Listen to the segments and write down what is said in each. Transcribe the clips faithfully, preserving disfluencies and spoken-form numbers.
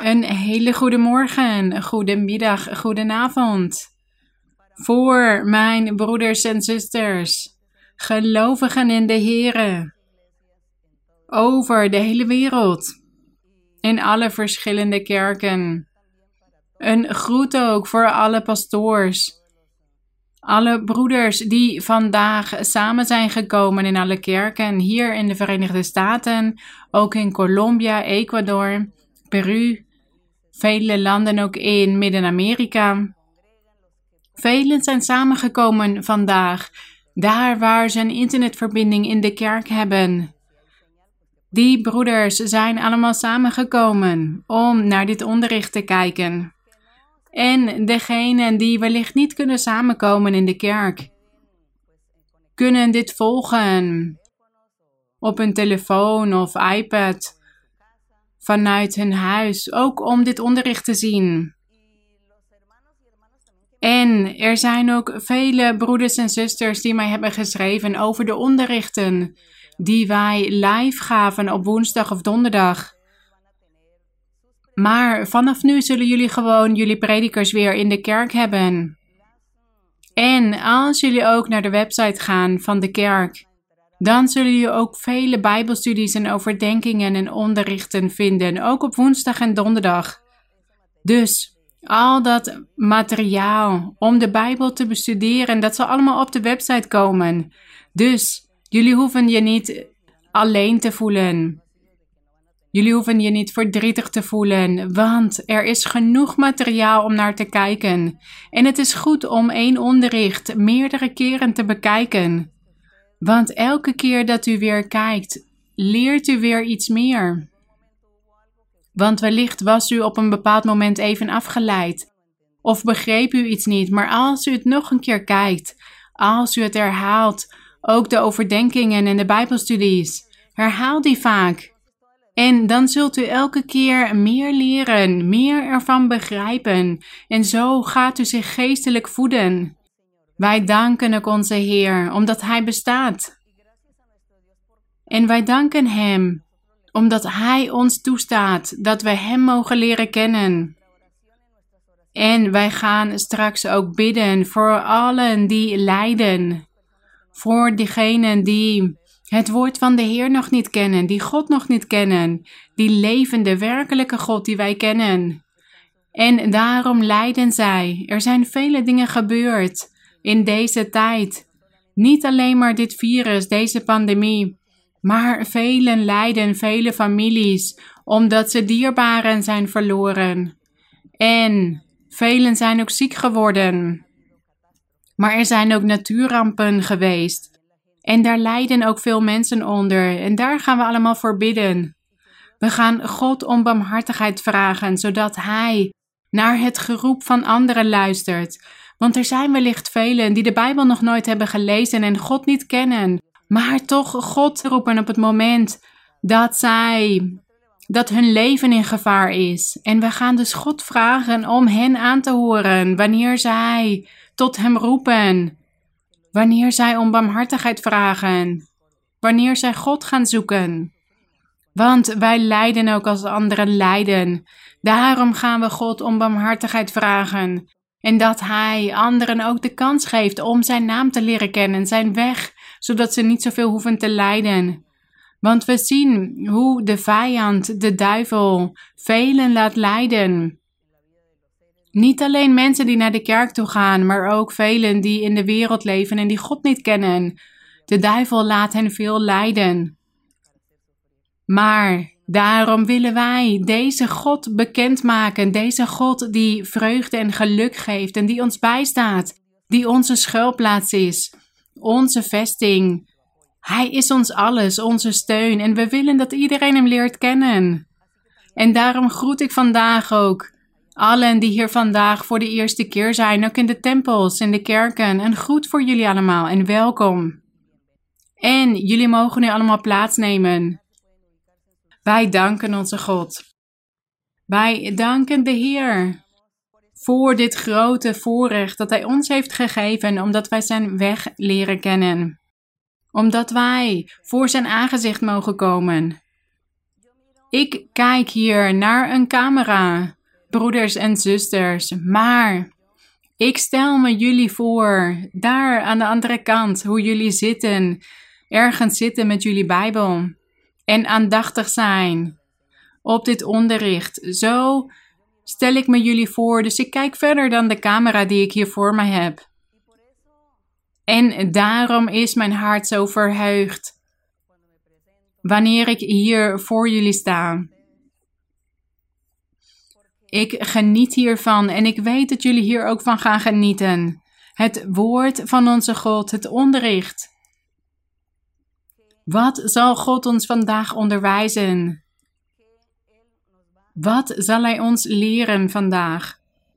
Een hele goede morgen, goedemiddag, goedenavond. Voor mijn broeders en zusters, gelovigen in de Here, over de hele wereld, in alle verschillende kerken. Een groet ook voor alle pastoors, alle broeders die vandaag samen zijn gekomen in alle kerken, hier in de Verenigde Staten, ook in Colombia, Ecuador, Peru, vele landen ook in Midden-Amerika. Velen zijn samengekomen vandaag, daar waar ze een internetverbinding in de kerk hebben. Die broeders zijn allemaal samengekomen om naar dit onderricht te kijken. En degenen die wellicht niet kunnen samenkomen in de kerk, kunnen dit volgen op hun telefoon of iPad, vanuit hun huis, ook om dit onderricht te zien. En er zijn ook vele broeders en zusters die mij hebben geschreven over de onderrichten die wij live gaven op woensdag of donderdag. Maar vanaf nu zullen jullie gewoon jullie predikers weer in de kerk hebben. En als jullie ook naar de website gaan van de kerk, dan zullen jullie ook vele bijbelstudies en overdenkingen en onderrichten vinden, ook op woensdag en donderdag. Dus al dat materiaal om de Bijbel te bestuderen, dat zal allemaal op de website komen. Dus jullie hoeven je niet alleen te voelen. Jullie hoeven je niet verdrietig te voelen, want er is genoeg materiaal om naar te kijken. En het is goed om één onderricht meerdere keren te bekijken. Want elke keer dat u weer kijkt, leert u weer iets meer. Want wellicht was u op een bepaald moment even afgeleid. Of begreep u iets niet, maar als u het nog een keer kijkt, als u het herhaalt, ook de overdenkingen en de bijbelstudies, herhaal die vaak. En dan zult u elke keer meer leren, meer ervan begrijpen. En zo gaat u zich geestelijk voeden. Wij danken ook onze Heer, omdat Hij bestaat. En wij danken Hem, omdat Hij ons toestaat dat we Hem mogen leren kennen. En wij gaan straks ook bidden voor allen die lijden. Voor diegenen die het woord van de Heer nog niet kennen, die God nog niet kennen, die levende, werkelijke God die wij kennen. En daarom lijden zij. Er zijn vele dingen gebeurd in deze tijd. Niet alleen maar dit virus, deze pandemie, maar velen lijden, vele families, omdat ze dierbaren zijn verloren. En velen zijn ook ziek geworden. Maar er zijn ook natuurrampen geweest. En daar lijden ook veel mensen onder. En daar gaan we allemaal voor bidden. We gaan God om barmhartigheid vragen, zodat Hij naar het geroep van anderen luistert. Want er zijn wellicht velen die de Bijbel nog nooit hebben gelezen en God niet kennen. Maar toch God roepen op het moment dat zij, dat hun leven in gevaar is. En we gaan dus God vragen om hen aan te horen wanneer zij tot Hem roepen. Wanneer zij om barmhartigheid vragen. Wanneer zij God gaan zoeken. Want wij lijden ook als anderen lijden. Daarom gaan we God om barmhartigheid vragen. En dat Hij anderen ook de kans geeft om zijn naam te leren kennen, zijn weg, zodat ze niet zoveel hoeven te lijden. Want we zien hoe de vijand, de duivel, velen laat lijden. Niet alleen mensen die naar de kerk toe gaan, maar ook velen die in de wereld leven en die God niet kennen. De duivel laat hen veel lijden. Maar daarom willen wij deze God bekendmaken, deze God die vreugde en geluk geeft en die ons bijstaat, die onze schuilplaats is, onze vesting. Hij is ons alles, onze steun en we willen dat iedereen Hem leert kennen. En daarom groet ik vandaag ook allen die hier vandaag voor de eerste keer zijn, ook in de tempels, in de kerken. Een groet voor jullie allemaal en welkom. En jullie mogen nu allemaal plaatsnemen. Wij danken onze God. Wij danken de Heer voor dit grote voorrecht dat Hij ons heeft gegeven, omdat wij zijn weg leren kennen. Omdat wij voor zijn aangezicht mogen komen. Ik kijk hier naar een camera, broeders en zusters, maar ik stel me jullie voor, daar aan de andere kant, hoe jullie zitten, ergens zitten met jullie Bijbel en aandachtig zijn op dit onderricht. Zo stel ik me jullie voor, dus ik kijk verder dan de camera die ik hier voor me heb. En daarom is mijn hart zo verheugd wanneer ik hier voor jullie sta. Ik geniet hiervan en ik weet dat jullie hier ook van gaan genieten. Het woord van onze God, het onderricht. Wat zal God ons vandaag onderwijzen? Wat zal Hij ons leren vandaag?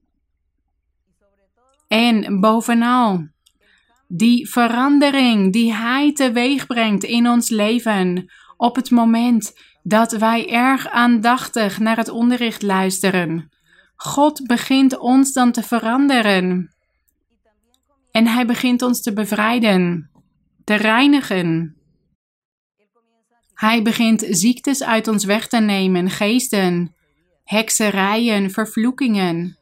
En bovenal, die verandering die Hij teweeg brengt in ons leven op het moment dat wij erg aandachtig naar het onderricht luisteren. God begint ons dan te veranderen. En Hij begint ons te bevrijden, te reinigen. Hij begint ziektes uit ons weg te nemen, geesten, hekserijen, vervloekingen.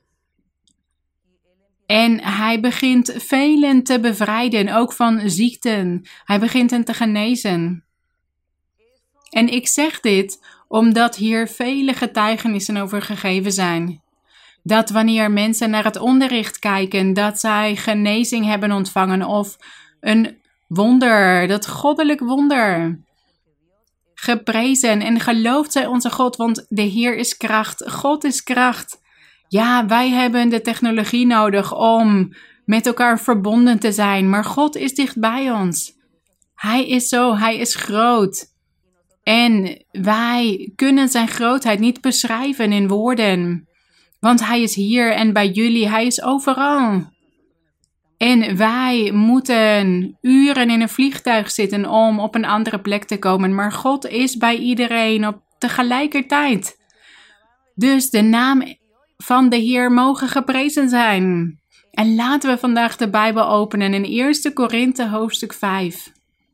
En Hij begint velen te bevrijden, ook van ziekten. Hij begint hen te genezen. En ik zeg dit omdat hier vele getuigenissen over gegeven zijn. Dat wanneer mensen naar het onderricht kijken, dat zij genezing hebben ontvangen of een wonder, dat goddelijk wonder. Geprezen en geloofd zij onze God, want de Heer is kracht, God is kracht. Ja, wij hebben de technologie nodig om met elkaar verbonden te zijn, maar God is dicht bij ons. Hij is zo, Hij is groot. En wij kunnen zijn grootheid niet beschrijven in woorden. Want Hij is hier en bij jullie, Hij is overal. En wij moeten uren in een vliegtuig zitten om op een andere plek te komen. Maar God is bij iedereen op tegelijkertijd. Dus de naam van de Heer mogen geprezen zijn. En laten we vandaag de Bijbel openen in Eerste Korinthe hoofdstuk vijf.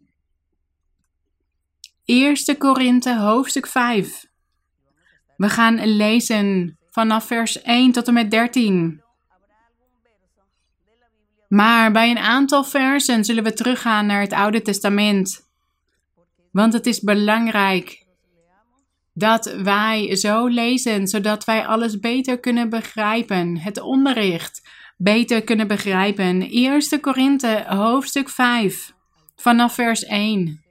Eerste Korinthe hoofdstuk vijf. We gaan lezen vanaf vers één tot en met dertien. Maar bij een aantal versen zullen we teruggaan naar het Oude Testament. Want het is belangrijk dat wij zo lezen, zodat wij alles beter kunnen begrijpen. Het onderricht beter kunnen begrijpen. Eerste Korinthe hoofdstuk vijf, vanaf vers één.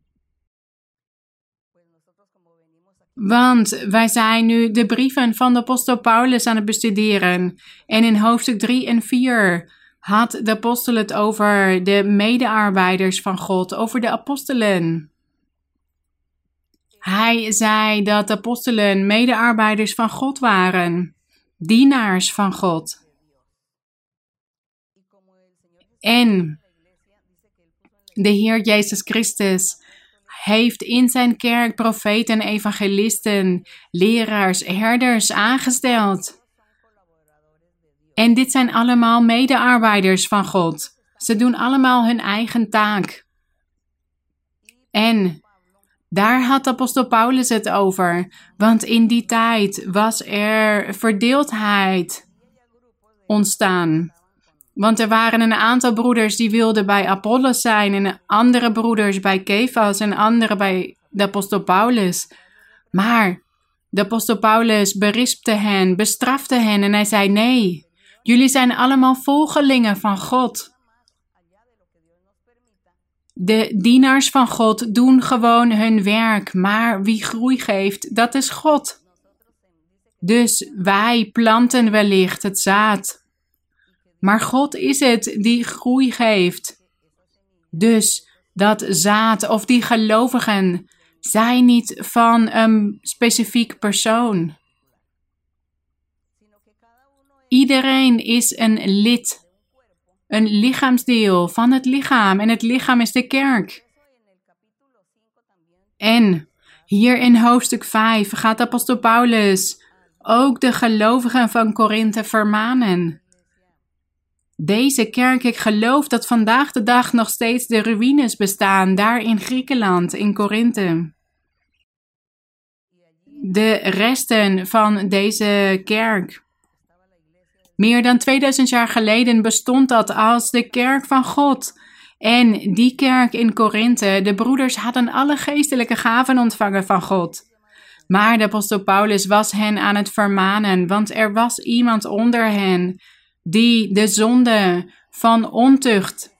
Want wij zijn nu de brieven van de apostel Paulus aan het bestuderen. En in hoofdstuk drie en vier had de apostel het over de medearbeiders van God, over de apostelen. Hij zei dat de apostelen medearbeiders van God waren, dienaars van God. En de Heer Jezus Christus heeft in zijn kerk profeten, evangelisten, leraars, herders aangesteld. En dit zijn allemaal medearbeiders van God. Ze doen allemaal hun eigen taak. En daar had apostel Paulus het over. Want in die tijd was er verdeeldheid ontstaan. Want er waren een aantal broeders die wilden bij Apollos zijn en andere broeders bij Kefas en andere bij de apostel Paulus. Maar de apostel Paulus berispte hen, bestrafte hen en hij zei: nee, jullie zijn allemaal volgelingen van God. De dienaars van God doen gewoon hun werk, maar wie groei geeft, dat is God. Dus wij planten wellicht het zaad. Maar God is het die groei geeft. Dus dat zaad of die gelovigen zijn niet van een specifiek persoon. Iedereen is een lid, een lichaamsdeel van het lichaam en het lichaam is de kerk. En hier in hoofdstuk vijf gaat apostel Paulus ook de gelovigen van Korinthe vermanen. Deze kerk, ik geloof dat vandaag de dag nog steeds de ruïnes bestaan, daar in Griekenland, in Korinthe. de resten van deze kerk. Meer dan tweeduizend jaar geleden bestond dat als de kerk van God. En die kerk in Korinthe, de broeders hadden alle geestelijke gaven ontvangen van God. Maar de apostel Paulus was hen aan het vermanen, want er was iemand onder hen die de zonde van ontucht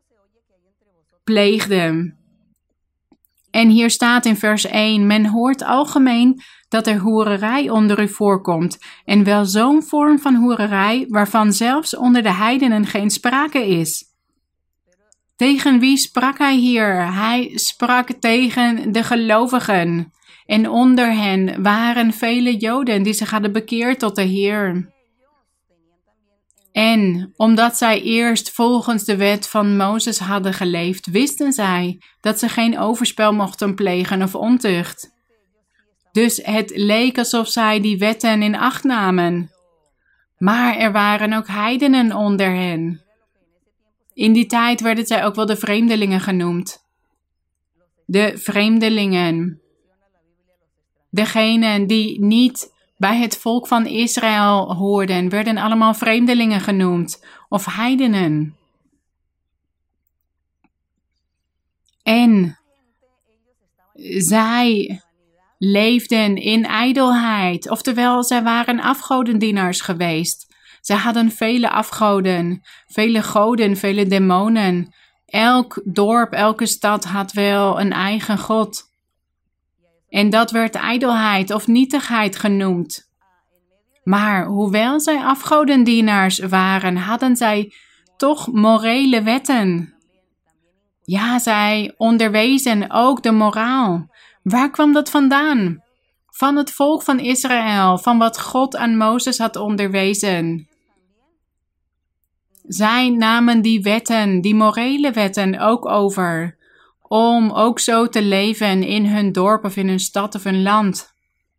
pleegde. En hier staat in vers één, men hoort algemeen dat er hoererij onder u voorkomt, en wel zo'n vorm van hoererij waarvan zelfs onder de heidenen geen sprake is. Tegen wie sprak hij hier? Hij sprak tegen de gelovigen. En onder hen waren vele Joden die zich hadden bekeerd tot de Heer. En omdat zij eerst volgens de wet van Mozes hadden geleefd, wisten zij dat ze geen overspel mochten plegen of ontucht. Dus het leek alsof zij die wetten in acht namen. Maar er waren ook heidenen onder hen. In die tijd werden zij ook wel de vreemdelingen genoemd. De vreemdelingen. Degenen die niet bij het volk van Israël hoorden, werden allemaal vreemdelingen genoemd, of heidenen. En zij leefden in ijdelheid, oftewel zij waren afgodendienaars geweest. Zij hadden vele afgoden, vele goden, vele demonen. Elk dorp, elke stad had wel een eigen god. En dat werd ijdelheid of nietigheid genoemd. Maar hoewel zij afgodendienaars waren, hadden zij toch morele wetten. Ja, zij onderwezen ook de moraal. Waar kwam dat vandaan? Van het volk van Israël, van wat God aan Mozes had onderwezen. Zij namen die wetten, die morele wetten ook over, om ook zo te leven in hun dorp of in hun stad of hun land.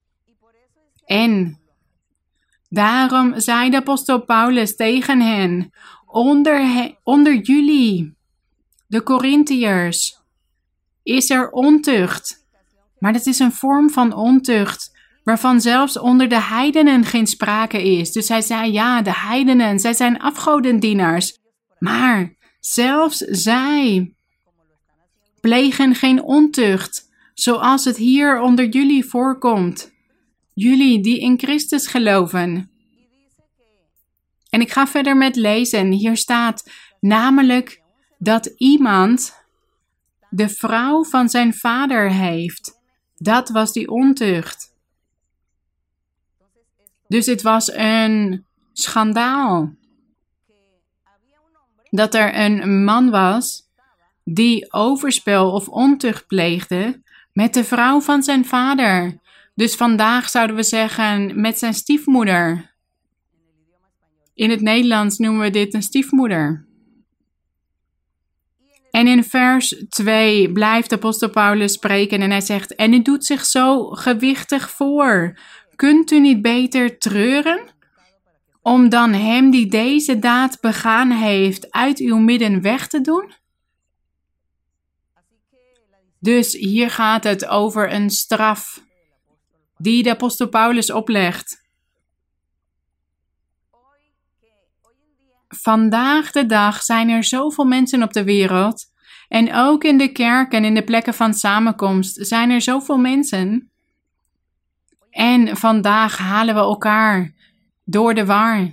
En daarom zei de apostel Paulus tegen hen, onder, he, onder jullie, de Korintiërs, is er ontucht. Maar dat is een vorm van ontucht, waarvan zelfs onder de heidenen geen sprake is. Dus hij zei, ja, de heidenen, zij zijn afgodendienaars. Maar zelfs zij plegen geen ontucht, zoals het hier onder jullie voorkomt. Jullie die in Christus geloven. En ik ga verder met lezen. Hier staat namelijk dat iemand de vrouw van zijn vader heeft. Dat was die ontucht. Dus het was een schandaal. Dat er een man was die overspel of ontucht pleegde met de vrouw van zijn vader. Dus vandaag zouden we zeggen met zijn stiefmoeder. In het Nederlands noemen we dit een stiefmoeder. En in vers twee blijft de apostel Paulus spreken en hij zegt, en u doet zich zo gewichtig voor. Kunt u niet beter treuren? Om dan hem die deze daad begaan heeft uit uw midden weg te doen? Dus hier gaat het over een straf die de apostel Paulus oplegt. Vandaag de dag zijn er zoveel mensen op de wereld en ook in de kerk en in de plekken van samenkomst zijn er zoveel mensen. En vandaag halen we elkaar door de war.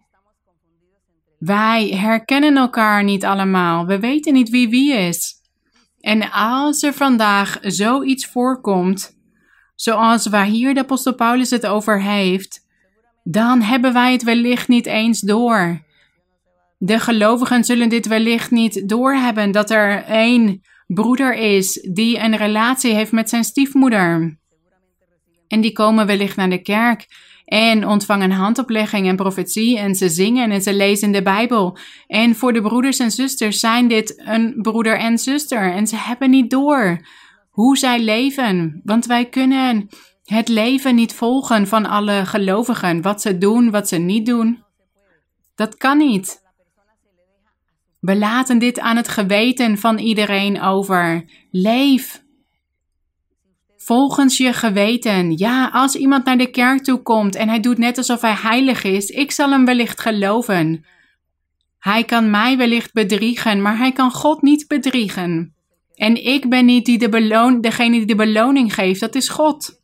Wij herkennen elkaar niet allemaal. We weten niet wie wie is. En als er vandaag zoiets voorkomt, zoals waar hier de apostel Paulus het over heeft, dan hebben wij het wellicht niet eens door. De gelovigen zullen dit wellicht niet doorhebben, dat er één broeder is die een relatie heeft met zijn stiefmoeder. En die komen wellicht naar de kerk en ontvangen handoplegging en profetie en ze zingen en ze lezen de Bijbel. En voor de broeders en zusters zijn dit een broeder en zuster en ze hebben niet door hoe zij leven. Want wij kunnen het leven niet volgen van alle gelovigen, wat ze doen, wat ze niet doen. Dat kan niet. We laten dit aan het geweten van iedereen over. Leef volgens je geweten. Ja, als iemand naar de kerk toe komt en hij doet net alsof hij heilig is, ik zal hem wellicht geloven. Hij kan mij wellicht bedriegen, maar hij kan God niet bedriegen. En ik ben niet die de beloon, degene die de beloning geeft, dat is God.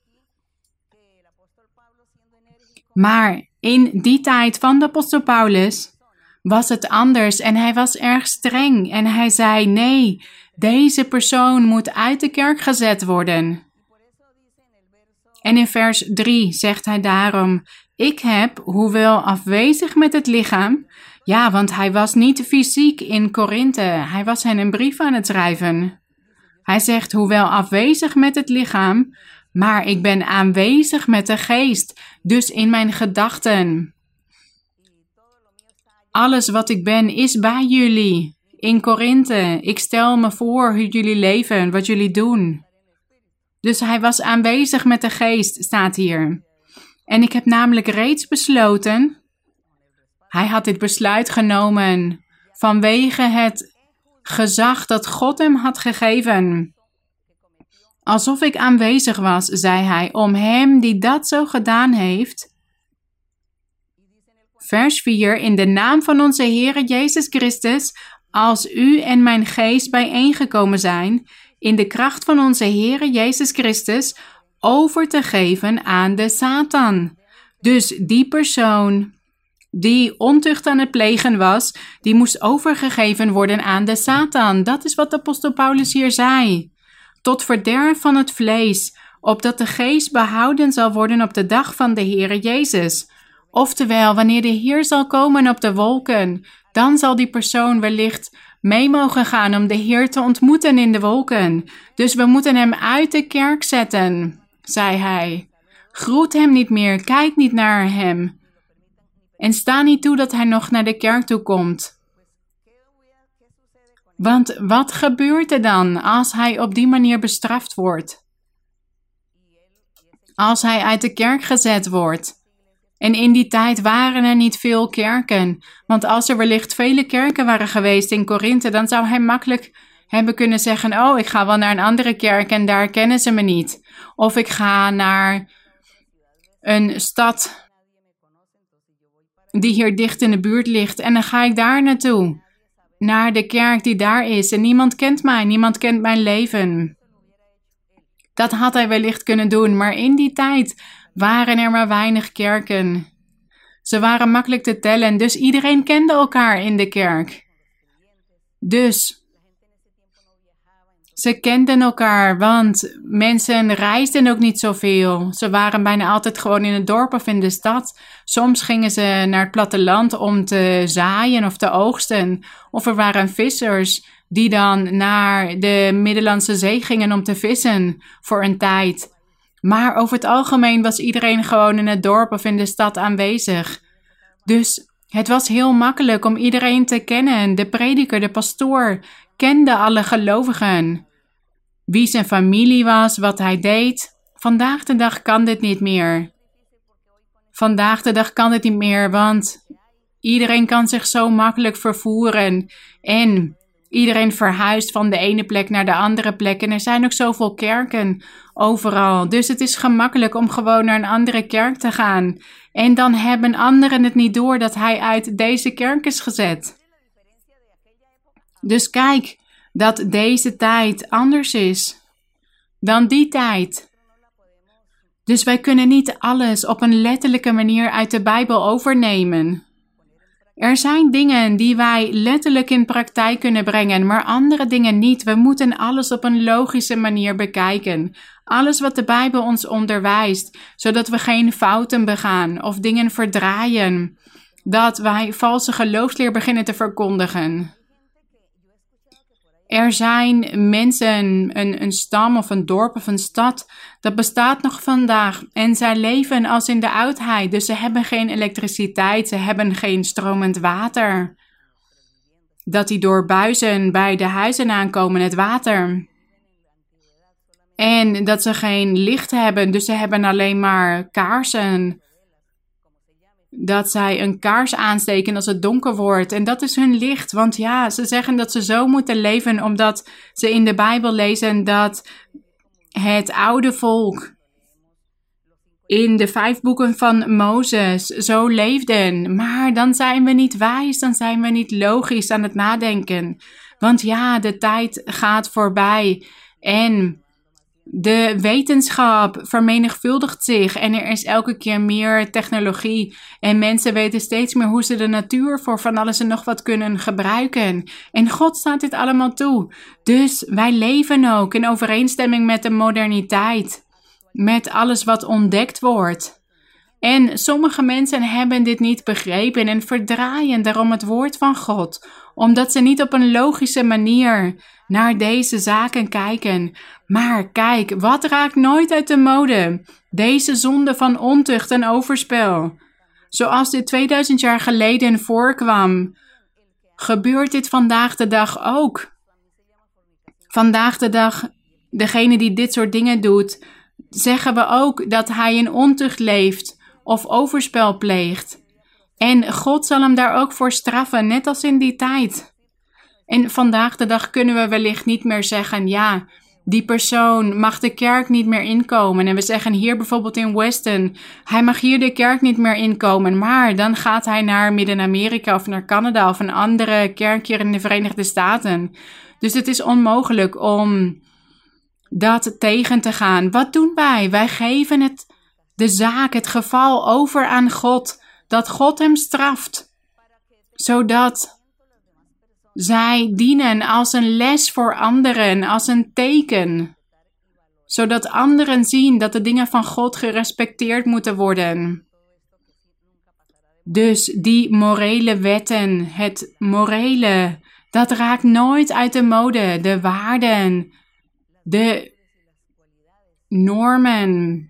Maar in die tijd van de apostel Paulus was het anders en hij was erg streng. En hij zei, nee, deze persoon moet uit de kerk gezet worden. En in vers drie zegt hij daarom, ik heb, hoewel afwezig met het lichaam, ja, want hij was niet fysiek in Korinthe, hij was hen een brief aan het schrijven. Hij zegt, hoewel afwezig met het lichaam, maar ik ben aanwezig met de geest, dus in mijn gedachten. Alles wat ik ben is bij jullie, in Korinthe. Ik stel me voor hoe jullie leven, wat jullie doen. Dus hij was aanwezig met de geest, staat hier. En ik heb namelijk reeds besloten, hij had dit besluit genomen vanwege het gezag dat God hem had gegeven. Alsof ik aanwezig was, zei hij, om hem die dat zo gedaan heeft. Vers vier, in de naam van onze Heere Jezus Christus, als u en mijn geest bijeengekomen zijn, in de kracht van onze Heere Jezus Christus, over te geven aan de Satan. Dus die persoon die ontucht aan het plegen was, die moest overgegeven worden aan de Satan. Dat is wat de apostel Paulus hier zei. Tot verderf van het vlees, opdat de geest behouden zal worden op de dag van de Heere Jezus. Oftewel, wanneer de Heer zal komen op de wolken, dan zal die persoon wellicht mee mogen gaan om de Heer te ontmoeten in de wolken. Dus we moeten hem uit de kerk zetten, zei hij. Groet hem niet meer, kijk niet naar hem. En sta niet toe dat hij nog naar de kerk toe komt. Want wat gebeurt er dan als hij op die manier bestraft wordt? Als hij uit de kerk gezet wordt. En in die tijd waren er niet veel kerken. Want als er wellicht vele kerken waren geweest in Korinthe, dan zou hij makkelijk hebben kunnen zeggen, oh, ik ga wel naar een andere kerk en daar kennen ze me niet. Of ik ga naar een stad die hier dicht in de buurt ligt en dan ga ik daar naartoe. Naar de kerk die daar is en niemand kent mij, niemand kent mijn leven. Dat had hij wellicht kunnen doen, maar in die tijd waren er maar weinig kerken. Ze waren makkelijk te tellen, dus iedereen kende elkaar in de kerk. Dus ze kenden elkaar, want mensen reisden ook niet zoveel. Ze waren bijna altijd gewoon in het dorp of in de stad. Soms gingen ze naar het platteland om te zaaien of te oogsten. Of er waren vissers die dan naar de Middellandse Zee gingen om te vissen voor een tijd. Maar over het algemeen was iedereen gewoon in het dorp of in de stad aanwezig. Dus het was heel makkelijk om iedereen te kennen. De prediker, de pastoor, kende alle gelovigen. Wie zijn familie was, wat hij deed. Vandaag de dag kan dit niet meer. Vandaag de dag kan dit niet meer, want iedereen kan zich zo makkelijk vervoeren. En iedereen verhuist van de ene plek naar de andere plek. En er zijn ook zoveel kerken overal. Dus het is gemakkelijk om gewoon naar een andere kerk te gaan. En dan hebben anderen het niet door dat hij uit deze kerk is gezet. Dus kijk, dat deze tijd anders is dan die tijd. Dus wij kunnen niet alles op een letterlijke manier uit de Bijbel overnemen. Er zijn dingen die wij letterlijk in praktijk kunnen brengen, maar andere dingen niet. We moeten alles op een logische manier bekijken. Alles wat de Bijbel ons onderwijst, zodat we geen fouten begaan of dingen verdraaien. Dat wij valse geloofsleer beginnen te verkondigen. Er zijn mensen, een, een stam of een dorp of een stad, dat bestaat nog vandaag. En zij leven als in de oudheid, dus ze hebben geen elektriciteit, ze hebben geen stromend water. Dat die door buizen bij de huizen aankomen, het water. En dat ze geen licht hebben, dus ze hebben alleen maar kaarsen. Dat zij een kaars aansteken als het donker wordt. En dat is hun licht. Want ja, ze zeggen dat ze zo moeten leven omdat ze in de Bijbel lezen dat het oude volk in de vijf boeken van Mozes zo leefden. Maar dan zijn we niet wijs, dan zijn we niet logisch aan het nadenken. Want ja, de tijd gaat voorbij en de wetenschap vermenigvuldigt zich en er is elke keer meer technologie. En mensen weten steeds meer hoe ze de natuur voor van alles en nog wat kunnen gebruiken. En God staat dit allemaal toe. Dus wij leven ook in overeenstemming met de moderniteit. Met alles wat ontdekt wordt. En sommige mensen hebben dit niet begrepen en verdraaien daarom het woord van God. Omdat ze niet op een logische manier naar deze zaken kijken. Maar kijk, wat raakt nooit uit de mode? Deze zonde van ontucht en overspel. Zoals dit tweeduizend jaar geleden voorkwam, gebeurt dit vandaag de dag ook. Vandaag de dag, degene die dit soort dingen doet, zeggen we ook dat hij in ontucht leeft of overspel pleegt. En God zal hem daar ook voor straffen, net als in die tijd. En vandaag de dag kunnen we wellicht niet meer zeggen, ja, die persoon mag de kerk niet meer inkomen. En we zeggen hier bijvoorbeeld in Weston, hij mag hier de kerk niet meer inkomen. Maar dan gaat hij naar Midden-Amerika of naar Canada of een andere kerk hier in de Verenigde Staten. Dus het is onmogelijk om dat tegen te gaan. Wat doen wij? Wij geven het, de zaak, het geval over aan God. Dat God hem straft. Zodat zij dienen als een les voor anderen, als een teken. Zodat anderen zien dat de dingen van God gerespecteerd moeten worden. Dus die morele wetten, het morele, dat raakt nooit uit de mode. De waarden, de normen,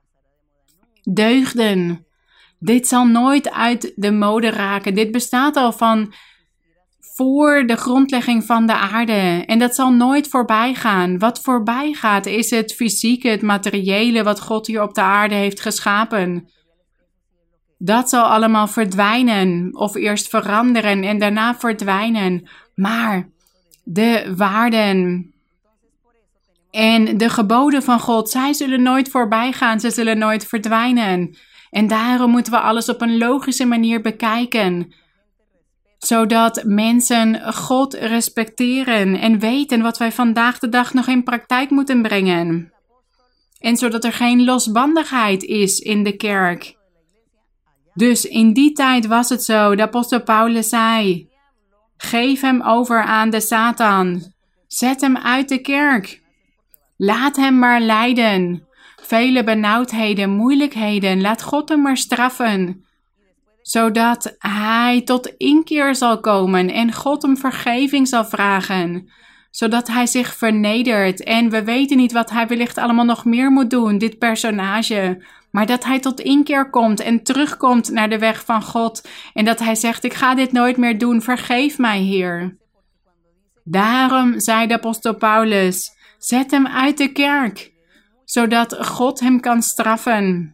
deugden. Dit zal nooit uit de mode raken. Dit bestaat al van voor de grondlegging van de aarde. En dat zal nooit voorbij gaan. Wat voorbij gaat is het fysieke, het materiële wat God hier op de aarde heeft geschapen. Dat zal allemaal verdwijnen of eerst veranderen en daarna verdwijnen. Maar de waarden en de geboden van God, zij zullen nooit voorbij gaan. Ze zullen nooit verdwijnen. En daarom moeten we alles op een logische manier bekijken. Zodat mensen God respecteren en weten wat wij vandaag de dag nog in praktijk moeten brengen. En zodat er geen losbandigheid is in de kerk. Dus in die tijd was het zo, de apostel Paulus zei, geef hem over aan de Satan. Zet hem uit de kerk. Laat hem maar lijden. Vele benauwdheden, moeilijkheden, laat God hem maar straffen. Zodat hij tot inkeer zal komen en God hem vergeving zal vragen. Zodat hij zich vernedert en we weten niet wat hij wellicht allemaal nog meer moet doen, dit personage. Maar dat hij tot inkeer komt en terugkomt naar de weg van God. En dat hij zegt, ik ga dit nooit meer doen, vergeef mij Heer. Daarom zei de apostel Paulus, zet hem uit de kerk. Zodat God hem kan straffen.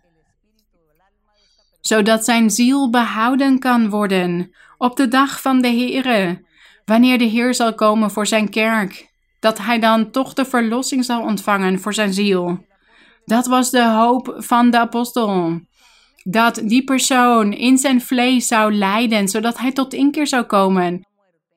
Zodat zijn ziel behouden kan worden op de dag van de Heere. Wanneer de Heer zal komen voor zijn kerk. Dat hij dan toch de verlossing zal ontvangen voor zijn ziel. Dat was de hoop van de apostel. Dat die persoon in zijn vlees zou lijden, zodat hij tot inkeer zou komen.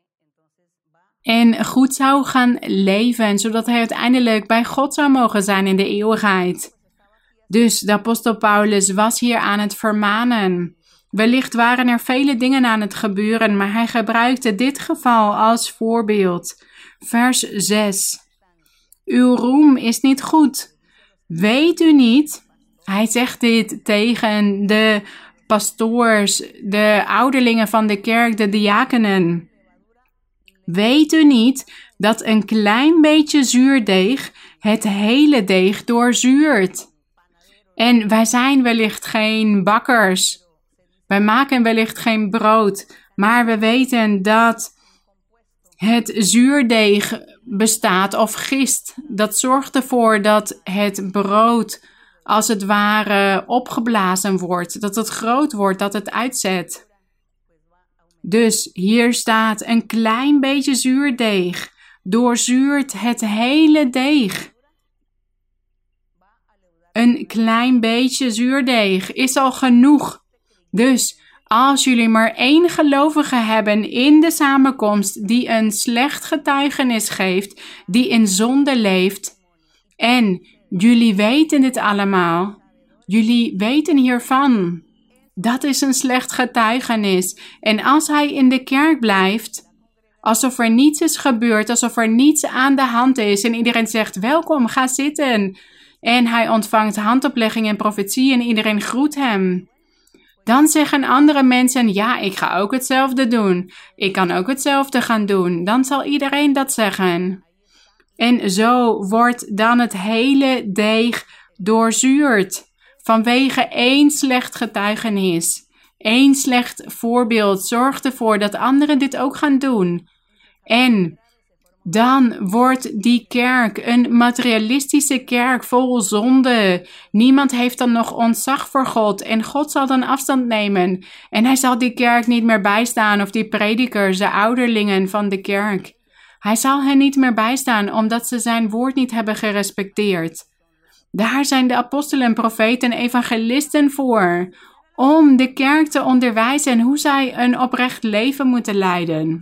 En goed zou gaan leven, zodat hij uiteindelijk bij God zou mogen zijn in de eeuwigheid. Dus de apostel Paulus was hier aan het vermanen. Wellicht waren er vele dingen aan het gebeuren, maar hij gebruikte dit geval als voorbeeld. Vers zes. Uw roem is niet goed. Weet u niet? Hij zegt dit tegen de pastoors, de ouderlingen van de kerk, de diakenen. Weet u niet dat een klein beetje zuurdeeg het hele deeg doorzuurt? En wij zijn wellicht geen bakkers. Wij maken wellicht geen brood. Maar we weten dat het zuurdeeg bestaat of gist. Dat zorgt ervoor dat het brood als het ware opgeblazen wordt. Dat het groot wordt, dat het uitzet. Dus hier staat een klein beetje zuurdeeg. Doorzuurt het hele deeg. Een klein beetje zuurdeeg is al genoeg. Dus als jullie maar één gelovige hebben in de samenkomst die een slecht getuigenis geeft, die in zonde leeft, en jullie weten dit allemaal, jullie weten hiervan, dat is een slecht getuigenis. En als hij in de kerk blijft, alsof er niets is gebeurd, alsof er niets aan de hand is en iedereen zegt welkom, ga zitten. En hij ontvangt handoplegging en profetie en iedereen groet hem. Dan zeggen andere mensen, ja, ik ga ook hetzelfde doen. Ik kan ook hetzelfde gaan doen. Dan zal iedereen dat zeggen. En zo wordt dan het hele deeg doorzuurd. Vanwege één slecht getuigenis. Eén slecht voorbeeld zorgt ervoor dat anderen dit ook gaan doen. En dan wordt die kerk een materialistische kerk vol zonde. Niemand heeft dan nog ontzag voor God. En God zal dan afstand nemen. En hij zal die kerk niet meer bijstaan. Of die predikers, de ouderlingen van de kerk. Hij zal hen niet meer bijstaan omdat ze zijn woord niet hebben gerespecteerd. Daar zijn de apostelen, profeten en evangelisten voor. Om de kerk te onderwijzen hoe zij een oprecht leven moeten leiden.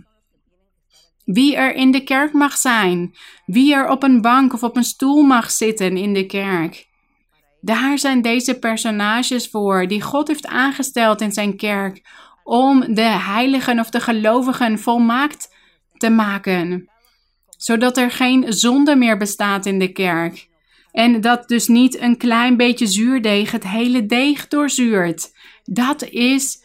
Wie er in de kerk mag zijn. Wie er op een bank of op een stoel mag zitten in de kerk. Daar zijn deze personages voor die God heeft aangesteld in zijn kerk. Om de heiligen of de gelovigen volmaakt te maken. Zodat er geen zonde meer bestaat in de kerk. En dat dus niet een klein beetje zuurdeeg het hele deeg doorzuurt. Dat is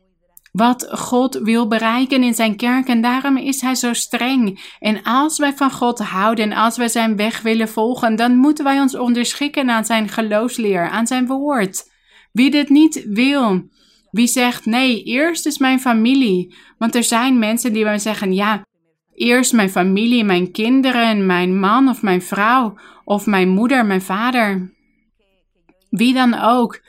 wat God wil bereiken in zijn kerk en daarom is hij zo streng. En als wij van God houden en als wij zijn weg willen volgen, dan moeten wij ons onderschikken aan zijn geloofsleer, aan zijn woord. Wie dit niet wil, wie zegt nee, eerst is mijn familie. Want er zijn mensen die wij zeggen, ja, eerst mijn familie, mijn kinderen, mijn man of mijn vrouw of mijn moeder, mijn vader. Wie dan ook.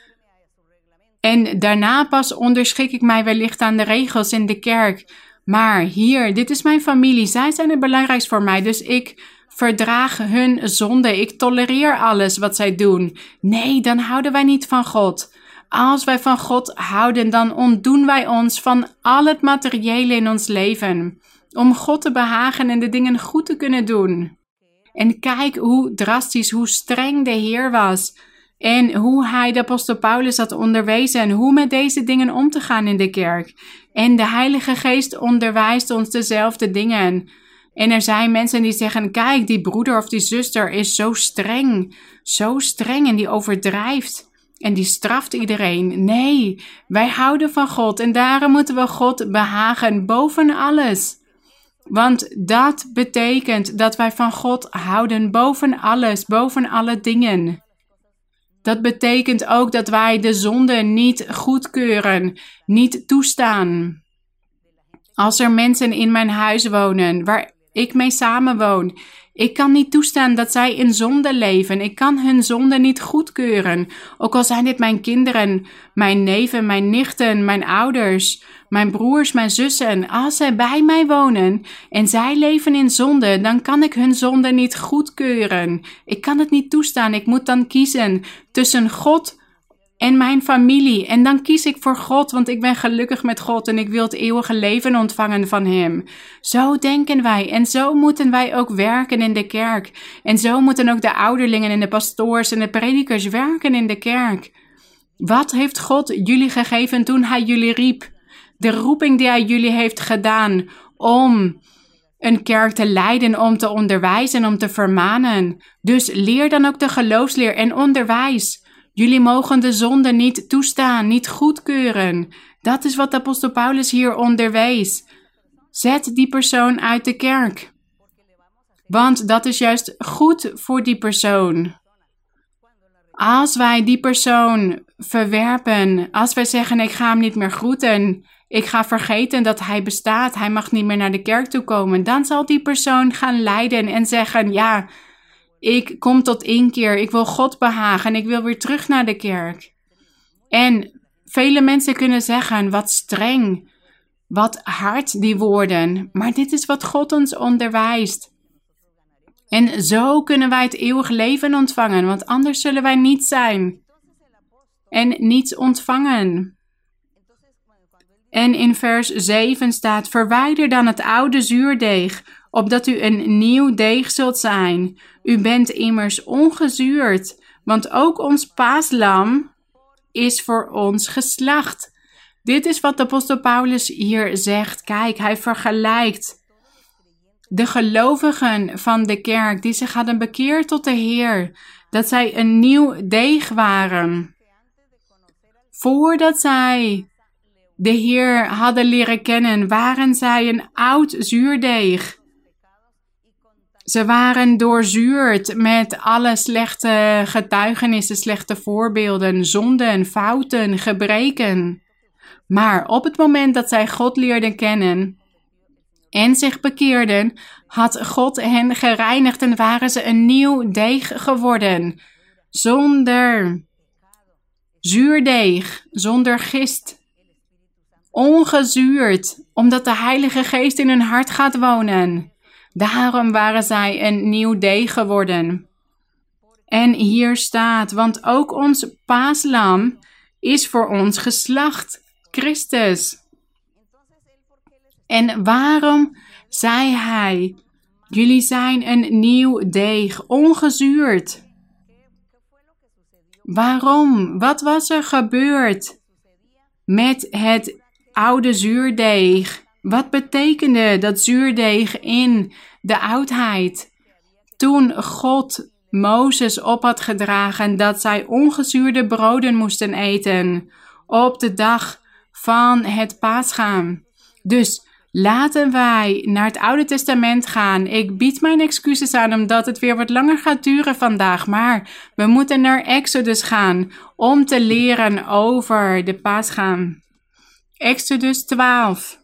En daarna pas onderschik ik mij wellicht aan de regels in de kerk. Maar hier, dit is mijn familie. Zij zijn het belangrijkst voor mij. Dus ik verdraag hun zonde. Ik tolereer alles wat zij doen. Nee, dan houden wij niet van God. Als wij van God houden, dan ontdoen wij ons van al het materiële in ons leven. Om God te behagen en de dingen goed te kunnen doen. En kijk hoe drastisch, hoe streng de Heer was. En hoe hij de apostel Paulus had onderwezen. Hoe met deze dingen om te gaan in de kerk. En de Heilige Geest onderwijst ons dezelfde dingen. En er zijn mensen die zeggen, kijk, die broeder of die zuster is zo streng. Zo streng en die overdrijft. En die straft iedereen. Nee, wij houden van God. En daarom moeten we God behagen boven alles. Want dat betekent dat wij van God houden boven alles, boven alle dingen. Dat betekent ook dat wij de zonde niet goedkeuren, niet toestaan. Als er mensen in mijn huis wonen, waar ik mee samenwoon, ik kan niet toestaan dat zij in zonde leven. Ik kan hun zonde niet goedkeuren. Ook al zijn dit mijn kinderen, mijn neven, mijn nichten, mijn ouders, mijn broers, mijn zussen. Als zij bij mij wonen en zij leven in zonde, dan kan ik hun zonde niet goedkeuren. Ik kan het niet toestaan. Ik moet dan kiezen tussen God en mijn familie. En dan kies ik voor God, want ik ben gelukkig met God en ik wil het eeuwige leven ontvangen van Hem. Zo denken wij en zo moeten wij ook werken in de kerk. En zo moeten ook de ouderlingen en de pastoors en de predikers werken in de kerk. Wat heeft God jullie gegeven toen Hij jullie riep? De roeping die Hij jullie heeft gedaan om een kerk te leiden, om te onderwijzen, om te vermanen. Dus leer dan ook de geloofsleer en onderwijs. Jullie mogen de zonde niet toestaan, niet goedkeuren. Dat is wat de apostel Paulus hier onderwees. Zet die persoon uit de kerk. Want dat is juist goed voor die persoon. Als wij die persoon verwerpen, als wij zeggen ik ga hem niet meer groeten, ik ga vergeten dat hij bestaat, hij mag niet meer naar de kerk toe komen, dan zal die persoon gaan lijden en zeggen ja, ik kom tot inkeer, ik wil God behagen, ik wil weer terug naar de kerk. En vele mensen kunnen zeggen, wat streng, wat hard die woorden. Maar dit is wat God ons onderwijst. En zo kunnen wij het eeuwig leven ontvangen, want anders zullen wij niet zijn en niets ontvangen. En in vers zeven staat, verwijder dan het oude zuurdeeg, opdat u een nieuw deeg zult zijn. U bent immers ongezuurd, want ook ons paaslam is voor ons geslacht. Dit is wat de apostel Paulus hier zegt. Kijk, hij vergelijkt de gelovigen van de kerk die zich hadden bekeerd tot de Heer, dat zij een nieuw deeg waren. Voordat zij de Heer hadden leren kennen, waren zij een oud zuurdeeg. Ze waren doorzuurd met alle slechte getuigenissen, slechte voorbeelden, zonden, fouten, gebreken. Maar op het moment dat zij God leerden kennen en zich bekeerden, had God hen gereinigd en waren ze een nieuw deeg geworden. Zonder zuurdeeg, zonder gist. Ongezuurd, omdat de Heilige Geest in hun hart gaat wonen. Daarom waren zij een nieuw deeg geworden. En hier staat, want ook ons paaslam is voor ons geslacht, Christus. En waarom zei hij, jullie zijn een nieuw deeg, ongezuurd? Waarom? Wat was er gebeurd met het oude zuurdeeg? Wat betekende dat zuurdeeg in de oudheid? Toen God Mozes op had gedragen dat zij ongezuurde broden moesten eten op de dag van het Pascha. Dus laten wij naar het Oude Testament gaan. Ik bied mijn excuses aan omdat het weer wat langer gaat duren vandaag. Maar we moeten naar Exodus gaan om te leren over de Pascha. Exodus twaalf.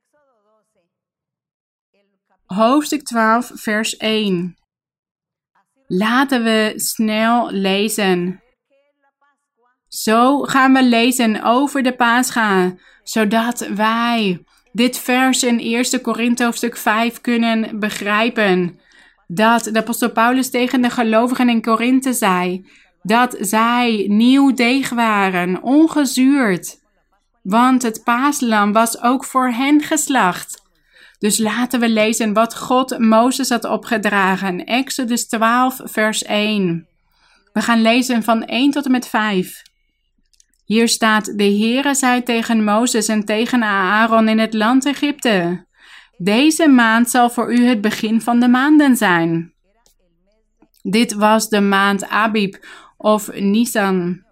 Hoofdstuk twaalf, vers één. Laten we snel lezen. Zo gaan we lezen over de Pascha, zodat wij dit vers in eerste Korinthe hoofdstuk vijf kunnen begrijpen. Dat de apostel Paulus tegen de gelovigen in Korinthe zei, dat zij nieuw deeg waren, ongezuurd. Want het paaslam was ook voor hen geslacht. Dus laten we lezen wat God Mozes had opgedragen. Exodus twaalf, vers één. We gaan lezen van één tot en met vijf. Hier staat, de Heere zei tegen Mozes en tegen Aaron in het land Egypte. Deze maand zal voor u het begin van de maanden zijn. Dit was de maand Abib of Nisan.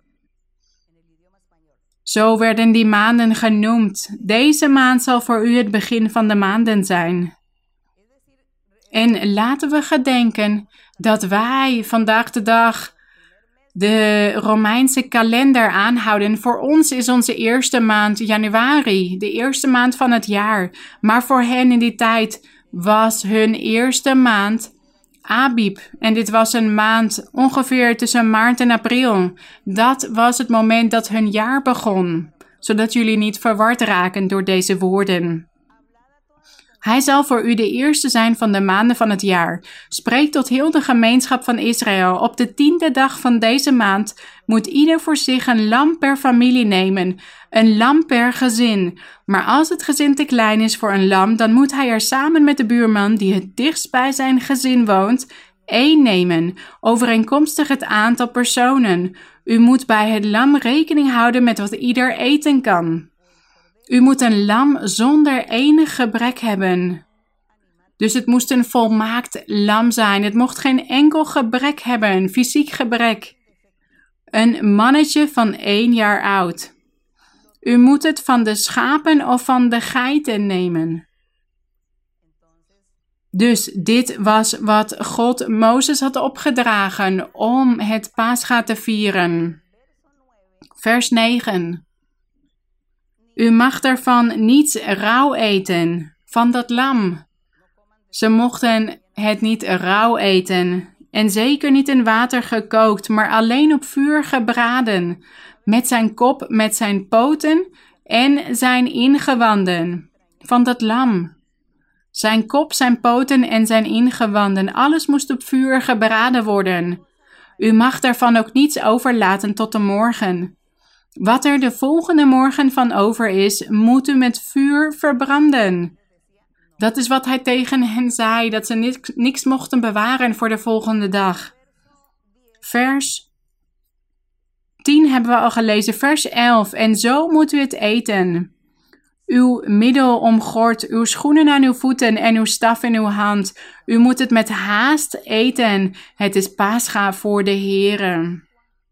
Zo werden die maanden genoemd. Deze maand zal voor u het begin van de maanden zijn. En laten we gedenken dat wij vandaag de dag de Romeinse kalender aanhouden. Voor ons is onze eerste maand januari, de eerste maand van het jaar. Maar voor hen in die tijd was hun eerste maand Abib. En dit was een maand ongeveer tussen maart en april. Dat was het moment dat hun jaar begon. Zodat jullie niet verward raken door deze woorden. Hij zal voor u de eerste zijn van de maanden van het jaar. Spreek tot heel de gemeenschap van Israël. Op de tiende dag van deze maand moet ieder voor zich een lam per familie nemen. Een lam per gezin. Maar als het gezin te klein is voor een lam, dan moet hij er samen met de buurman die het dichtst bij zijn gezin woont, één nemen, overeenkomstig het aantal personen. U moet bij het lam rekening houden met wat ieder eten kan. U moet een lam zonder enig gebrek hebben. Dus het moest een volmaakt lam zijn. Het mocht geen enkel gebrek hebben, fysiek gebrek. Een mannetje van één jaar oud. U moet het van de schapen of van de geiten nemen. Dus dit was wat God Mozes had opgedragen om het Pascha te vieren. Vers negen. U mag daarvan niets rauw eten, van dat lam. Ze mochten het niet rauw eten, en zeker niet in water gekookt, maar alleen op vuur gebraden, met zijn kop, met zijn poten en zijn ingewanden, van dat lam. Zijn kop, zijn poten en zijn ingewanden, alles moest op vuur gebraden worden. U mag daarvan ook niets overlaten tot de morgen. Wat er de volgende morgen van over is, moet u met vuur verbranden. Dat is wat hij tegen hen zei, dat ze niks, niks mochten bewaren voor de volgende dag. Vers tien hebben we al gelezen, vers elf. En zo moet u het eten. Uw middel omgord, uw schoenen aan uw voeten en uw staf in uw hand. U moet het met haast eten. Het is Pascha voor de Heere.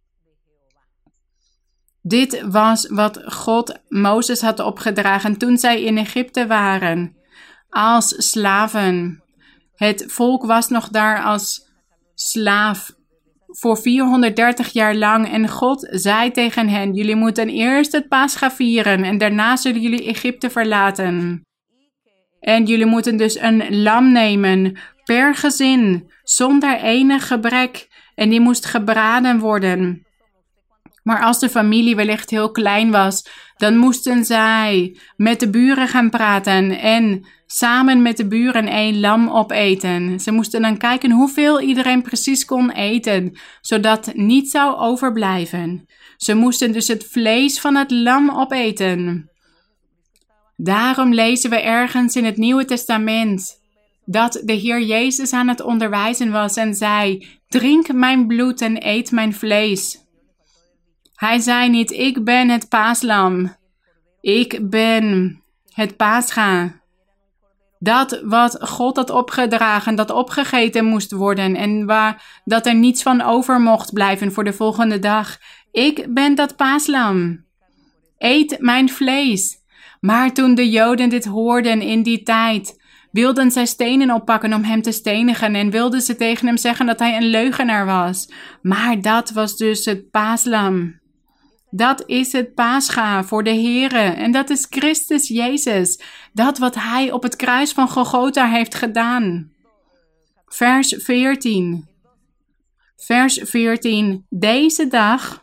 Dit was wat God Mozes had opgedragen toen zij in Egypte waren, als slaven. Het volk was nog daar als slaaf voor vierhonderddertig jaar lang en God zei tegen hen, jullie moeten eerst het Pascha vieren en daarna zullen jullie Egypte verlaten. En jullie moeten dus een lam nemen, per gezin, zonder enig gebrek, en die moest gebraden worden. Maar als de familie wellicht heel klein was, dan moesten zij met de buren gaan praten en samen met de buren een lam opeten. Ze moesten dan kijken hoeveel iedereen precies kon eten, zodat niet zou overblijven. Ze moesten dus het vlees van het lam opeten. Daarom lezen we ergens in het Nieuwe Testament dat de Heer Jezus aan het onderwijzen was en zei, drink mijn bloed en eet mijn vlees. Hij zei niet, ik ben het paaslam. Ik ben het Pascha. Dat wat God had opgedragen, dat opgegeten moest worden en waar, dat er niets van over mocht blijven voor de volgende dag. Ik ben dat paaslam. Eet mijn vlees. Maar toen de Joden dit hoorden in die tijd, wilden zij stenen oppakken om hem te stenigen en wilden ze tegen hem zeggen dat hij een leugenaar was. Maar dat was dus het paaslam. Dat is het Pascha voor de Heere en dat is Christus Jezus. Dat wat hij op het kruis van Golgotha heeft gedaan. Vers veertien. Vers veertien. Deze dag,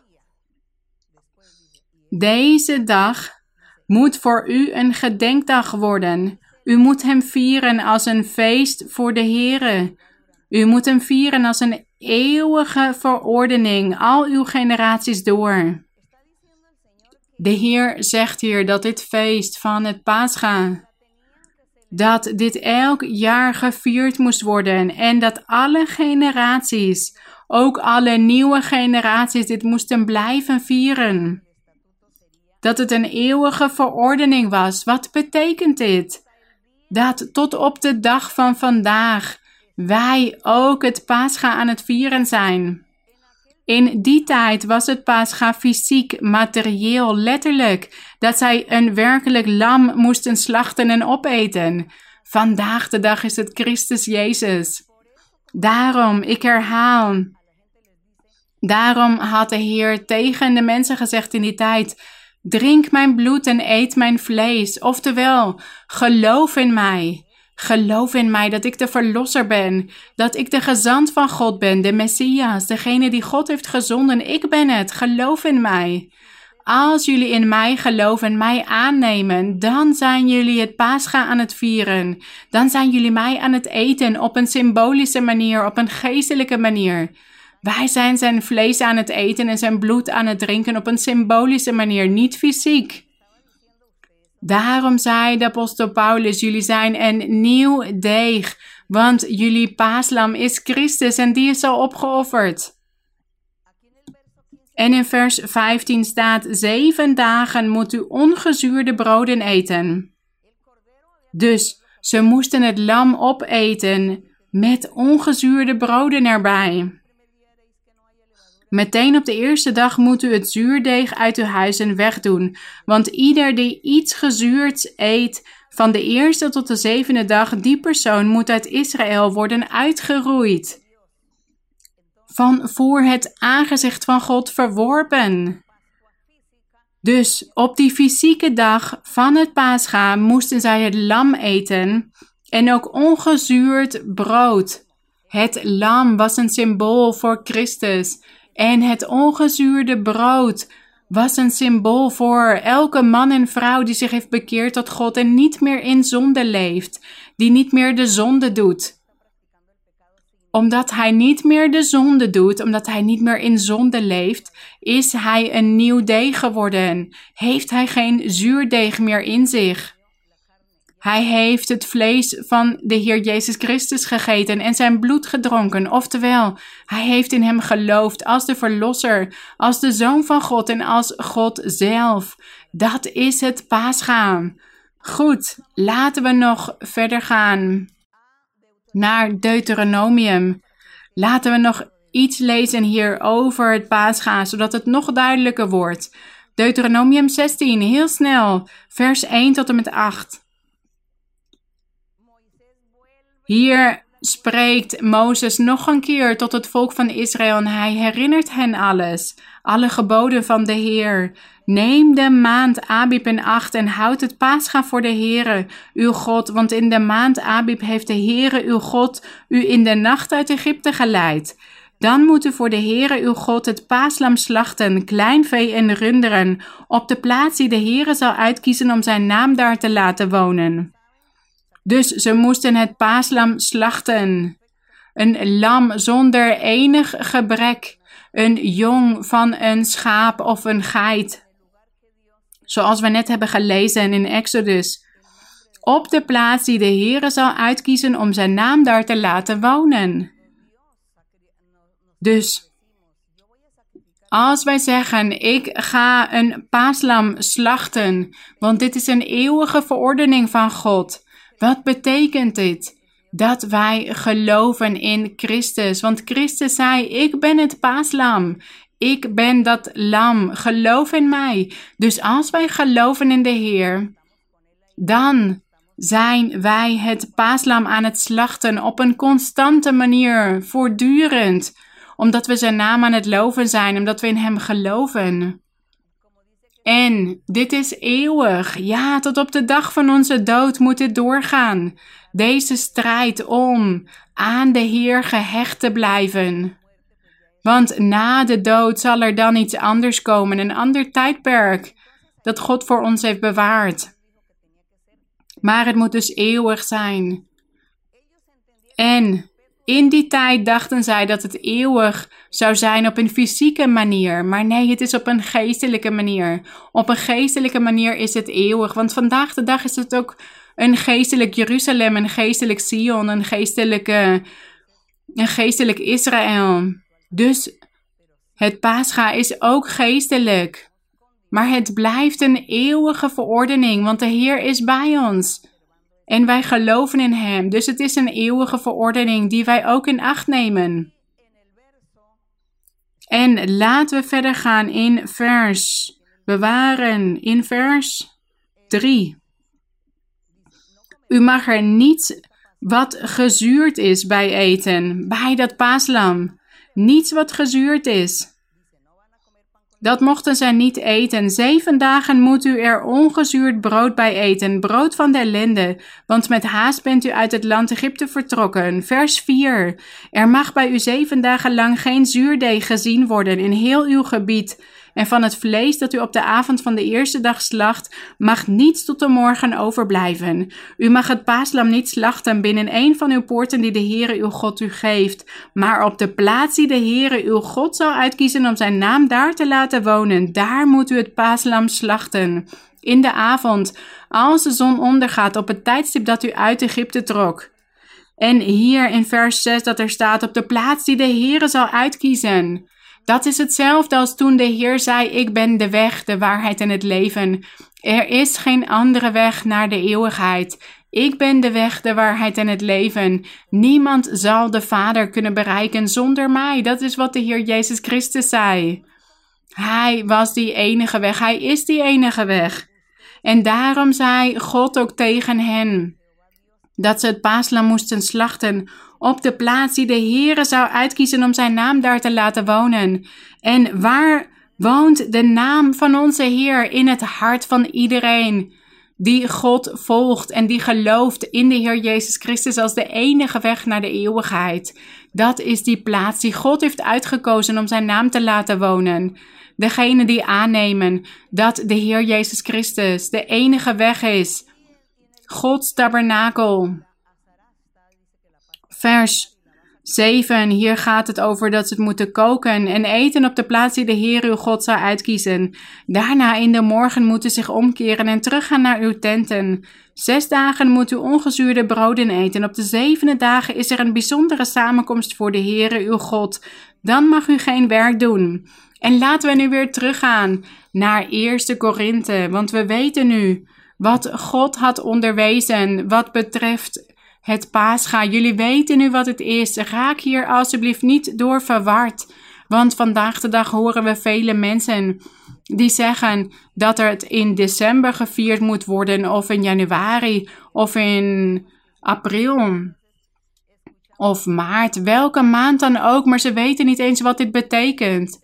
deze dag moet voor u een gedenkdag worden. U moet hem vieren als een feest voor de Heere. U moet hem vieren als een eeuwige verordening, al uw generaties door. De Heer zegt hier dat dit feest van het Pascha, dat dit elk jaar gevierd moest worden en dat alle generaties, ook alle nieuwe generaties, dit moesten blijven vieren. Dat het een eeuwige verordening was. Wat betekent dit? Dat tot op de dag van vandaag wij ook het Pascha aan het vieren zijn. In die tijd was het Pascha fysiek, materieel, letterlijk, dat zij een werkelijk lam moesten slachten en opeten. Vandaag de dag is het Christus Jezus. Daarom, ik herhaal, daarom had de Heer tegen de mensen gezegd in die tijd, drink mijn bloed en eet mijn vlees, oftewel, geloof in mij. Geloof in mij dat ik de verlosser ben, dat ik de gezant van God ben, de Messias, degene die God heeft gezonden. Ik ben het, geloof in mij. Als jullie in mij geloven, mij aannemen, dan zijn jullie het Pascha aan het vieren. Dan zijn jullie mij aan het eten op een symbolische manier, op een geestelijke manier. Wij zijn zijn vlees aan het eten en zijn bloed aan het drinken op een symbolische manier, niet fysiek. Daarom zei de apostel Paulus, jullie zijn een nieuw deeg, want jullie paaslam is Christus en die is al opgeofferd. En in vers vijftien staat, zeven dagen moet u ongezuurde broden eten. Dus ze moesten het lam opeten met ongezuurde broden erbij. Meteen op de eerste dag moet u het zuurdeeg uit uw huizen wegdoen, want ieder die iets gezuurds eet van de eerste tot de zevende dag, die persoon moet uit Israël worden uitgeroeid. Van voor het aangezicht van God verworpen. Dus op die fysieke dag van het Pascha moesten zij het lam eten en ook ongezuurd brood. Het lam was een symbool voor Christus. En het ongezuurde brood was een symbool voor elke man en vrouw die zich heeft bekeerd tot God en niet meer in zonde leeft. die niet meer de zonde doet. Omdat hij niet meer de zonde doet, omdat hij niet meer in zonde leeft, is hij een nieuw deeg geworden. Heeft hij geen zuurdeeg meer in zich. Hij heeft het vlees van de Heer Jezus Christus gegeten en zijn bloed gedronken. Oftewel, hij heeft in hem geloofd als de verlosser, als de Zoon van God en als God zelf. Dat is het Pascha. Goed, laten we nog verder gaan naar Deuteronomium. Laten we nog iets lezen hier over het Pascha, zodat het nog duidelijker wordt. Deuteronomium zestien, heel snel, vers één tot en met acht. Hier spreekt Mozes nog een keer tot het volk van Israël en hij herinnert hen alles, alle geboden van de Heer. Neem de maand Abib in acht en houd het Pascha voor de Heere, uw God, want in de maand Abib heeft de Heere, uw God, u in de nacht uit Egypte geleid. Dan moet u voor de Heere, uw God, het paaslam slachten, klein vee en runderen, op de plaats die de Heere zal uitkiezen om zijn naam daar te laten wonen. Dus ze moesten het paaslam slachten. Een lam zonder enig gebrek. Een jong van een schaap of een geit. Zoals we net hebben gelezen in Exodus. Op de plaats die de Heere zal uitkiezen om zijn naam daar te laten wonen. Dus als wij zeggen, ik ga een paaslam slachten, want dit is een eeuwige verordening van God. Wat betekent dit? Dat wij geloven in Christus. Want Christus zei, ik ben het paaslam. Ik ben dat lam. Geloof in mij. Dus als wij geloven in de Heer, dan zijn wij het paaslam aan het slachten op een constante manier, voortdurend. Omdat we zijn naam aan het loven zijn, omdat we in hem geloven. En dit is eeuwig. Ja, tot op de dag van onze dood moet dit doorgaan. Deze strijd om aan de Heer gehecht te blijven. Want na de dood zal er dan iets anders komen, een ander tijdperk dat God voor ons heeft bewaard. Maar het moet dus eeuwig zijn. En in die tijd dachten zij dat het eeuwig zou zijn op een fysieke manier. Maar nee, het is op een geestelijke manier. Op een geestelijke manier is het eeuwig. Want vandaag de dag is het ook een geestelijk Jeruzalem, een geestelijk Sion, een geestelijke, een geestelijk Israël. Dus het Pascha is ook geestelijk. Maar het blijft een eeuwige verordening, want de Heer is bij ons. En wij geloven in hem. Dus het is een eeuwige verordening die wij ook in acht nemen. En laten we verder gaan in vers. We waren in vers drie. U mag er niets wat gezuurd is bij eten. Bij dat paaslam. Niets wat gezuurd is. Dat mochten zij niet eten. Zeven dagen moet u er ongezuurd brood bij eten, brood van de ellende, want met haast bent u uit het land Egypte vertrokken. Vers vier. Er mag bij u zeven dagen lang geen zuurdeeg gezien worden in heel uw gebied. En van het vlees dat u op de avond van de eerste dag slacht, mag niets tot de morgen overblijven. U mag het paaslam niet slachten binnen een van uw poorten die de Heere uw God u geeft, maar op de plaats die de Heere uw God zal uitkiezen om zijn naam daar te laten wonen, daar moet u het paaslam slachten. In de avond, als de zon ondergaat op het tijdstip dat u uit Egypte trok. En hier in vers zes dat er staat op de plaats die de Heere zal uitkiezen. Dat is hetzelfde als toen de Heer zei, ik ben de weg, de waarheid en het leven. Er is geen andere weg naar de eeuwigheid. Ik ben de weg, de waarheid en het leven. Niemand zal de Vader kunnen bereiken zonder mij. Dat is wat de Heer Jezus Christus zei. Hij was die enige weg. Hij is die enige weg. En daarom zei God ook tegen hen dat ze het paaslam moesten slachten op de plaats die de Heere zou uitkiezen om zijn naam daar te laten wonen. En waar woont de naam van onze Heer? In het hart van iedereen die God volgt en die gelooft in de Heer Jezus Christus als de enige weg naar de eeuwigheid. Dat is die plaats die God heeft uitgekozen om zijn naam te laten wonen. Degene die aannemen dat de Heer Jezus Christus de enige weg is. Gods tabernakel. Vers zeven, hier gaat het over dat ze het moeten koken en eten op de plaats die de Heer uw God zal uitkiezen. Daarna in de morgen moeten zich omkeren en teruggaan naar uw tenten. Zes dagen moet u ongezuurde broden eten. Op de zevende dagen is er een bijzondere samenkomst voor de Heer uw God. Dan mag u geen werk doen. En laten we nu weer teruggaan naar Eerste Korinthe, want we weten nu wat God had onderwezen wat betreft het Pascha. Jullie weten nu wat het is. Raak hier alsjeblieft niet door verward. Want vandaag de dag horen we vele mensen die zeggen dat er het in december gevierd moet worden, of in januari, of in april, of maart. Welke maand dan ook, maar ze weten niet eens wat dit betekent.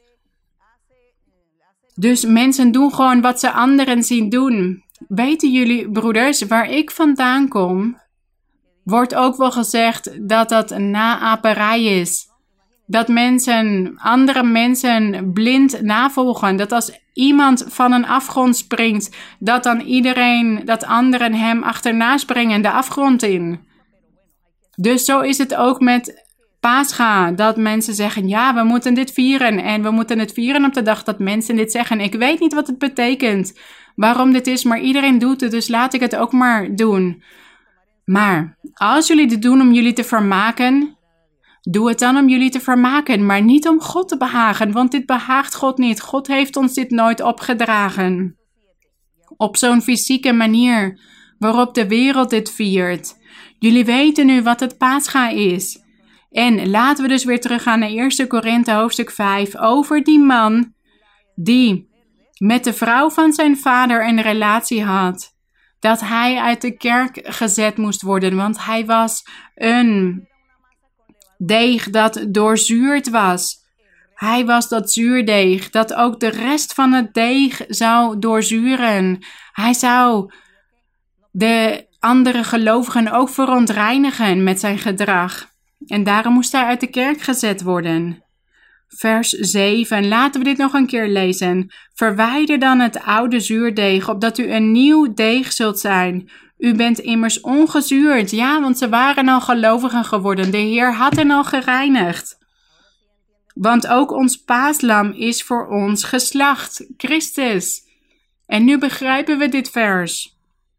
Dus mensen doen gewoon wat ze anderen zien doen. Weten jullie, broeders, waar ik vandaan kom, wordt ook wel gezegd dat dat naaperij is. Dat mensen, andere mensen blind navolgen. Dat als iemand van een afgrond springt, dat dan iedereen, dat anderen hem achterna springen de afgrond in. Dus zo is het ook met Pascha. Dat mensen zeggen, ja, we moeten dit vieren. En we moeten het vieren op de dag dat mensen dit zeggen. Ik weet niet wat het betekent, waarom dit is, maar iedereen doet het. Dus laat ik het ook maar doen. Maar als jullie dit doen om jullie te vermaken, doe het dan om jullie te vermaken, maar niet om God te behagen, want dit behaagt God niet. God heeft ons dit nooit opgedragen. Op zo'n fysieke manier waarop de wereld dit viert. Jullie weten nu wat het Pascha is. En laten we dus weer teruggaan naar Eerste Korinthe hoofdstuk vijf, over die man die met de vrouw van zijn vader een relatie had. Dat hij uit de kerk gezet moest worden, want hij was een deeg dat doorzuurd was. Hij was dat zuurdeeg, dat ook de rest van het deeg zou doorzuren. Hij zou de andere gelovigen ook verontreinigen met zijn gedrag. En daarom moest hij uit de kerk gezet worden. Vers zeven, laten we dit nog een keer lezen. Verwijder dan het oude zuurdeeg, opdat u een nieuw deeg zult zijn. U bent immers ongezuurd. Ja, want ze waren al gelovigen geworden. De Heer had hen al gereinigd. Want ook ons paaslam is voor ons geslacht, Christus. En nu begrijpen we dit vers.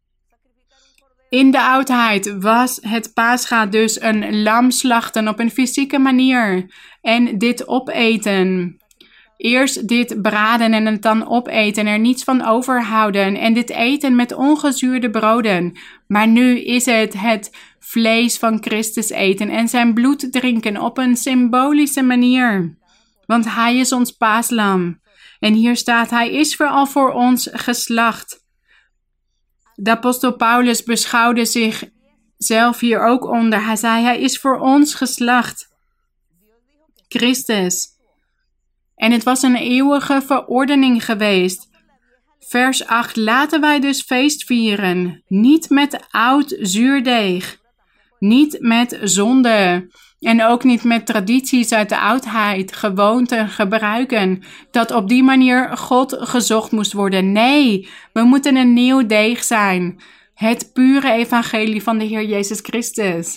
In de oudheid was het Pascha dus een lam slachten op een fysieke manier. En dit opeten. Eerst dit braden en het dan opeten, er niets van overhouden. En dit eten met ongezuurde broden. Maar nu is het het vlees van Christus eten en zijn bloed drinken op een symbolische manier. Want hij is ons paaslam. En hier staat, hij is vooral voor ons geslacht. De apostel Paulus beschouwde zichzelf hier ook onder. Hij zei, hij is voor ons geslacht. Christus. En het was een eeuwige verordening geweest. Vers acht, laten wij dus feest vieren. Niet met oud zuurdeeg. Niet met zonde. En ook niet met tradities uit de oudheid, gewoonten, gebruiken. Dat op die manier God gezocht moest worden. Nee, we moeten een nieuw deeg zijn. Het pure evangelie van de Heer Jezus Christus.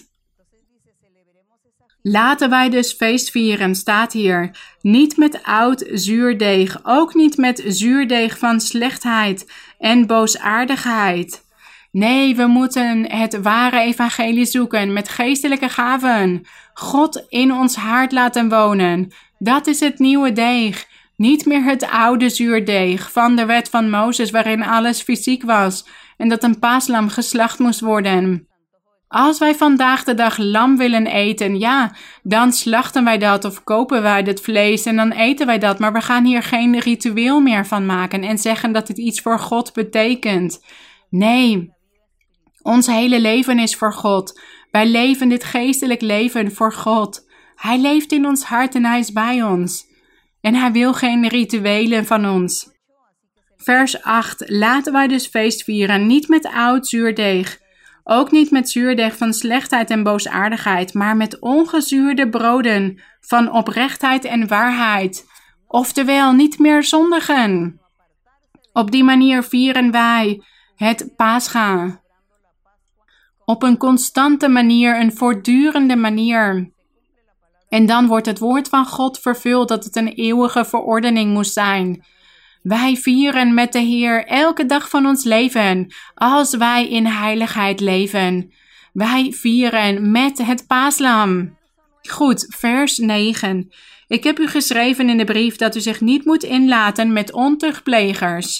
Laten wij dus feest vieren, staat hier. Niet met oud zuurdeeg, ook niet met zuurdeeg van slechtheid en boosaardigheid. Nee, we moeten het ware evangelie zoeken met geestelijke gaven. God in ons hart laten wonen. Dat is het nieuwe deeg. Niet meer het oude zuurdeeg van de wet van Mozes waarin alles fysiek was en dat een paaslam geslacht moest worden. Als wij vandaag de dag lam willen eten, ja, dan slachten wij dat of kopen wij dat vlees en dan eten wij dat. Maar we gaan hier geen ritueel meer van maken en zeggen dat het iets voor God betekent. Nee, ons hele leven is voor God. Wij leven dit geestelijk leven voor God. Hij leeft in ons hart en hij is bij ons. En hij wil geen rituelen van ons. Vers acht. Laten wij dus feest vieren, niet met oud zuurdeeg. Ook niet met zuurdeeg van slechtheid en boosaardigheid, maar met ongezuurde broden van oprechtheid en waarheid. Oftewel, niet meer zondigen. Op die manier vieren wij het Pascha. Op een constante manier, een voortdurende manier. En dan wordt het woord van God vervuld dat het een eeuwige verordening moest zijn. Wij vieren met de Heer elke dag van ons leven, als wij in heiligheid leven. Wij vieren met het paaslam. Goed, vers negen. Ik heb u geschreven in de brief dat u zich niet moet inlaten met ontuchtplegers.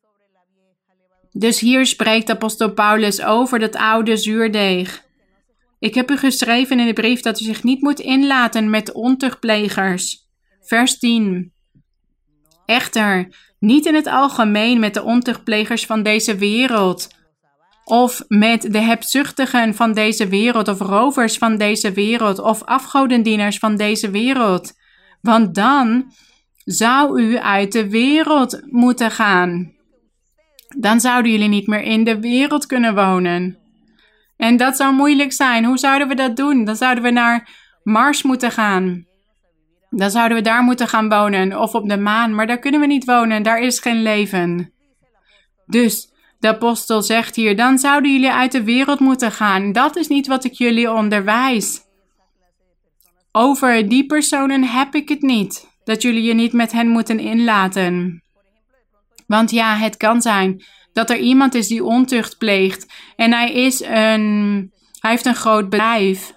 Dus hier spreekt apostel Paulus over dat oude zuurdeeg. Ik heb u geschreven in de brief dat u zich niet moet inlaten met ontuchtplegers. Vers tien. Echter, niet in het algemeen met de ontuchtplegers van deze wereld, of met de hebzuchtigen van deze wereld, of rovers van deze wereld, of afgodendieners van deze wereld. Want dan zou u uit de wereld moeten gaan. Dan zouden jullie niet meer in de wereld kunnen wonen. En dat zou moeilijk zijn. Hoe zouden we dat doen? Dan zouden we naar Mars moeten gaan. Dan zouden we daar moeten gaan wonen. Of op de maan. Maar daar kunnen we niet wonen. Daar is geen leven. Dus de apostel zegt hier, dan zouden jullie uit de wereld moeten gaan. Dat is niet wat ik jullie onderwijs. Over die personen heb ik het niet. Dat jullie je niet met hen moeten inlaten. Want ja, het kan zijn dat er iemand is die ontucht pleegt. En hij, is een, hij heeft een groot bedrijf.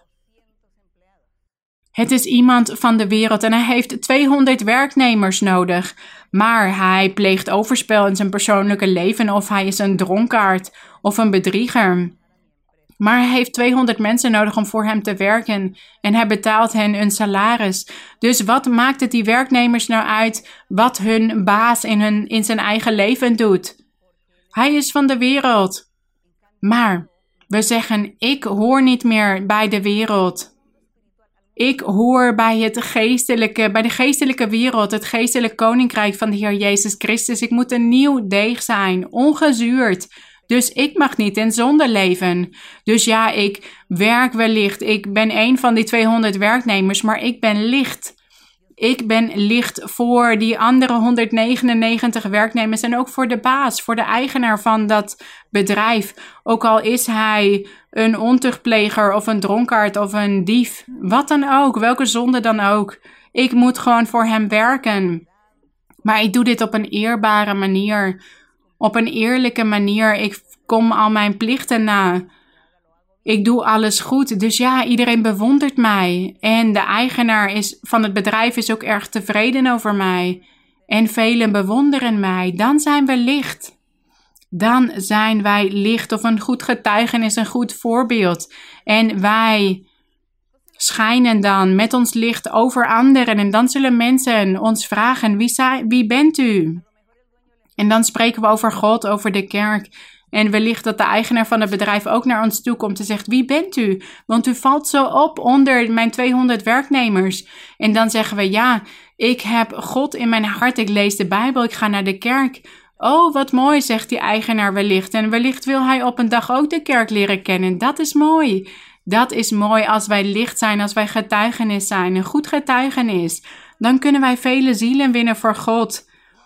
Het is iemand van de wereld en hij heeft tweehonderd werknemers nodig. Maar hij pleegt overspel in zijn persoonlijke leven of hij is een dronkaard of een bedrieger. Maar hij heeft tweehonderd mensen nodig om voor hem te werken en hij betaalt hen een salaris. Dus wat maakt het die werknemers nou uit wat hun baas in, hun, in zijn eigen leven doet? Hij is van de wereld. Maar we zeggen, ik hoor niet meer bij de wereld. Ik hoor bij het geestelijke, bij de geestelijke wereld, het geestelijke koninkrijk van de Heer Jezus Christus. Ik moet een nieuw deeg zijn, ongezuurd. Dus ik mag niet in zonde leven. Dus ja, ik werk wellicht. Ik ben een van die tweehonderd werknemers, maar ik ben licht. Ik ben licht voor die andere honderdnegenennegentig werknemers en ook voor de baas, voor de eigenaar van dat bedrijf. Ook al is hij een ontuchtpleger of een dronkaard of een dief, wat dan ook, welke zonde dan ook. Ik moet gewoon voor hem werken. Maar ik doe dit op een eerbare manier, op een eerlijke manier. Ik kom al mijn plichten na. Ik doe alles goed, dus ja, iedereen bewondert mij. En de eigenaar is, van het bedrijf is ook erg tevreden over mij. En velen bewonderen mij. Dan zijn we licht. Dan zijn wij licht of een goed getuigenis, een goed voorbeeld. En wij schijnen dan met ons licht over anderen. En dan zullen mensen ons vragen, wie, zij, wie bent u? En dan spreken we over God, over de kerk. En wellicht dat de eigenaar van het bedrijf ook naar ons toe komt en zegt, wie bent u? Want u valt zo op onder mijn tweehonderd werknemers. En dan zeggen we, ja, ik heb God in mijn hart, ik lees de Bijbel, ik ga naar de kerk. Oh, wat mooi, zegt die eigenaar wellicht. En wellicht wil hij op een dag ook de kerk leren kennen. Dat is mooi. Dat is mooi als wij licht zijn, als wij getuigenis zijn, een goed getuigenis. Dan kunnen wij vele zielen winnen voor God.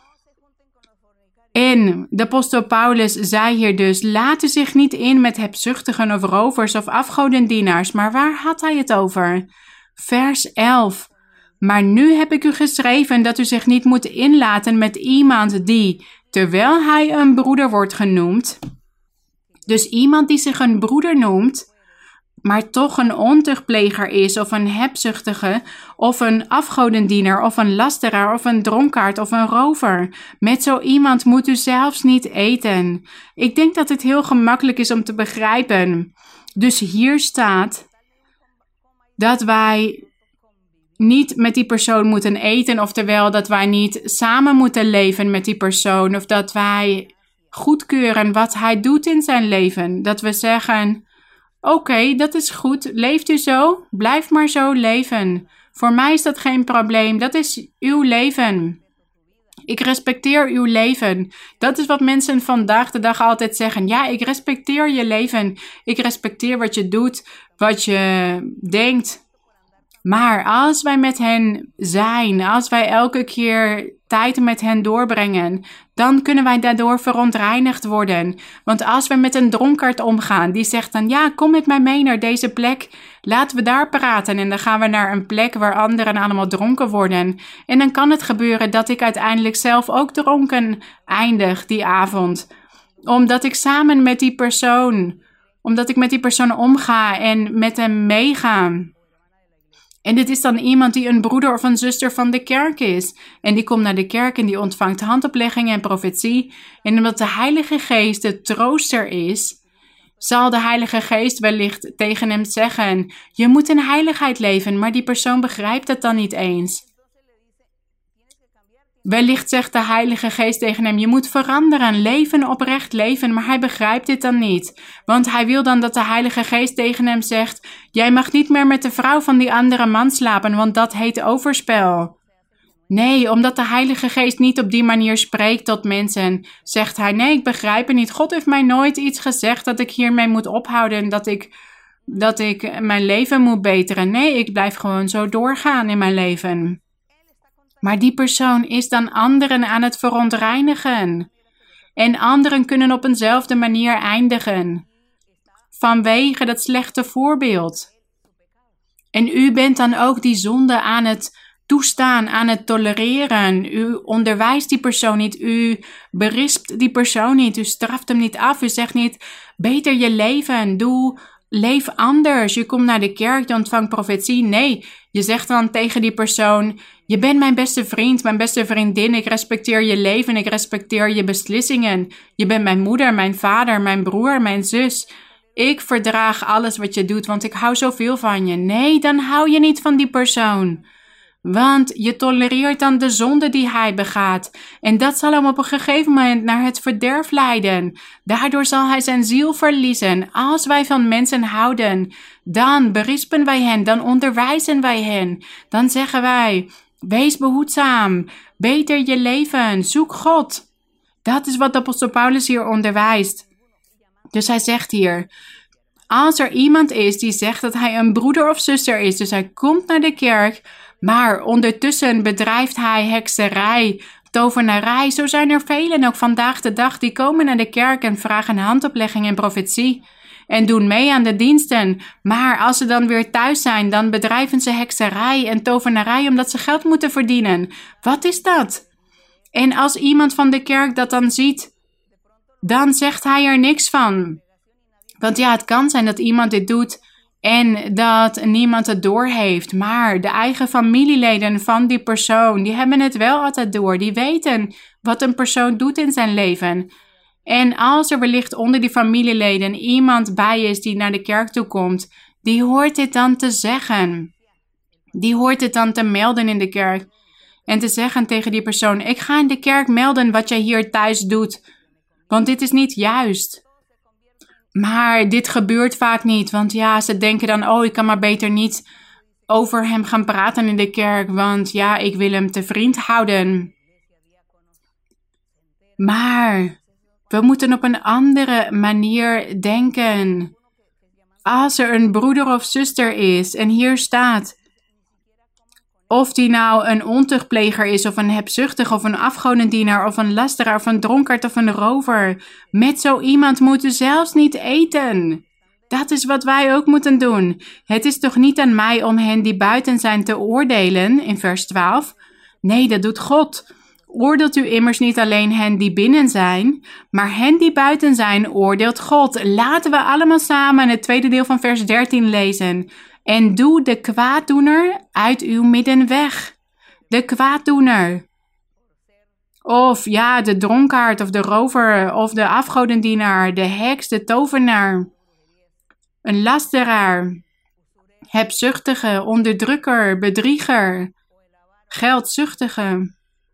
En de apostel Paulus zei hier dus, laat u zich niet in met hebzuchtigen of rovers of afgodendienaars. Maar waar had hij het over? Vers elf. Maar nu heb ik u geschreven dat u zich niet moet inlaten met iemand die, terwijl hij een broeder wordt genoemd, dus iemand die zich een broeder noemt, maar toch een ontuchtpleger is of een hebzuchtige of een afgodendiener of een lasteraar of een dronkaard of een rover. Met zo iemand moet u zelfs niet eten. Ik denk dat het heel gemakkelijk is om te begrijpen. Dus hier staat dat wij niet met die persoon moeten eten, oftewel dat wij niet samen moeten leven met die persoon of dat wij goedkeuren wat hij doet in zijn leven. Dat we zeggen, oké, okay, dat is goed. Leeft u zo? Blijf maar zo leven. Voor mij is dat geen probleem. Dat is uw leven. Ik respecteer uw leven. Dat is wat mensen vandaag de dag altijd zeggen. Ja, ik respecteer je leven. Ik respecteer wat je doet, wat je denkt. Maar als wij met hen zijn, als wij elke keer tijd met hen doorbrengen, dan kunnen wij daardoor verontreinigd worden. Want als we met een dronkaard omgaan, die zegt dan, ja, kom met mij mee naar deze plek, laten we daar praten. En dan gaan we naar een plek waar anderen allemaal dronken worden. En dan kan het gebeuren dat ik uiteindelijk zelf ook dronken eindig die avond. Omdat ik samen met die persoon, omdat ik met die persoon omga en met hem meega. En dit is dan iemand die een broeder of een zuster van de kerk is. En die komt naar de kerk en die ontvangt handopleggingen en profetie. En omdat de Heilige Geest de trooster is, zal de Heilige Geest wellicht tegen hem zeggen, je moet in heiligheid leven, maar die persoon begrijpt het dan niet eens. Wellicht zegt de Heilige Geest tegen hem, je moet veranderen, leven oprecht leven, maar hij begrijpt dit dan niet. Want hij wil dan dat de Heilige Geest tegen hem zegt, jij mag niet meer met de vrouw van die andere man slapen, want dat heet overspel. Nee, omdat de Heilige Geest niet op die manier spreekt tot mensen, zegt hij, nee, ik begrijp het niet. God heeft mij nooit iets gezegd dat ik hiermee moet ophouden, dat ik, dat ik mijn leven moet beteren. Nee, ik blijf gewoon zo doorgaan in mijn leven. Maar die persoon is dan anderen aan het verontreinigen. En anderen kunnen op eenzelfde manier eindigen. Vanwege dat slechte voorbeeld. En u bent dan ook die zonde aan het toestaan, aan het tolereren. U onderwijst die persoon niet. U berispt die persoon niet. U straft hem niet af. U zegt niet, beter je leven. Doe, leef anders. Je komt naar de kerk, je ontvangt profetie. Nee, je zegt dan tegen die persoon, je bent mijn beste vriend, mijn beste vriendin. Ik respecteer je leven, ik respecteer je beslissingen. Je bent mijn moeder, mijn vader, mijn broer, mijn zus. Ik verdraag alles wat je doet, want ik hou zoveel van je. Nee, dan hou je niet van die persoon. Want je tolereert dan de zonde die hij begaat. En dat zal hem op een gegeven moment naar het verderf leiden. Daardoor zal hij zijn ziel verliezen. Als wij van mensen houden, dan berispen wij hen, dan onderwijzen wij hen. Dan zeggen wij, wees behoedzaam, beter je leven, zoek God. Dat is wat de apostel Paulus hier onderwijst. Dus hij zegt hier, als er iemand is die zegt dat hij een broeder of zuster is, dus hij komt naar de kerk, maar ondertussen bedrijft hij hekserij, tovenarij. Zo zijn er velen ook vandaag de dag die komen naar de kerk en vragen handoplegging en profetie. En doen mee aan de diensten. Maar als ze dan weer thuis zijn, dan bedrijven ze hekserij en tovenarij omdat ze geld moeten verdienen. Wat is dat? En als iemand van de kerk dat dan ziet, dan zegt hij er niks van. Want ja, het kan zijn dat iemand dit doet en dat niemand het doorheeft. Maar de eigen familieleden van die persoon, die hebben het wel altijd door. Die weten wat een persoon doet in zijn leven. En als er wellicht onder die familieleden iemand bij is die naar de kerk toe komt, die hoort dit dan te zeggen. Die hoort dit dan te melden in de kerk. En te zeggen tegen die persoon, ik ga in de kerk melden wat jij hier thuis doet. Want dit is niet juist. Maar dit gebeurt vaak niet, want ja, ze denken dan, oh, ik kan maar beter niet over hem gaan praten in de kerk, want ja, ik wil hem te vriend houden. Maar we moeten op een andere manier denken. Als er een broeder of zuster is en hier staat, of die nou een ontuchtpleger is, of een hebzuchtig, of een afgodendienaar, of een lasteraar, of een dronkaard, of een rover. Met zo iemand moeten zelfs niet eten. Dat is wat wij ook moeten doen. Het is toch niet aan mij om hen die buiten zijn te oordelen, in vers twaalf. Nee, dat doet God. Oordeelt u immers niet alleen hen die binnen zijn, maar hen die buiten zijn, oordeelt God. Laten we allemaal samen het tweede deel van vers dertien lezen. En doe de kwaaddoener uit uw midden weg. De kwaaddoener. Of ja, de dronkaard of de rover of de afgodendienaar, de heks, de tovenaar. Een lasteraar. Hebzuchtige, onderdrukker, bedrieger. Geldzuchtige.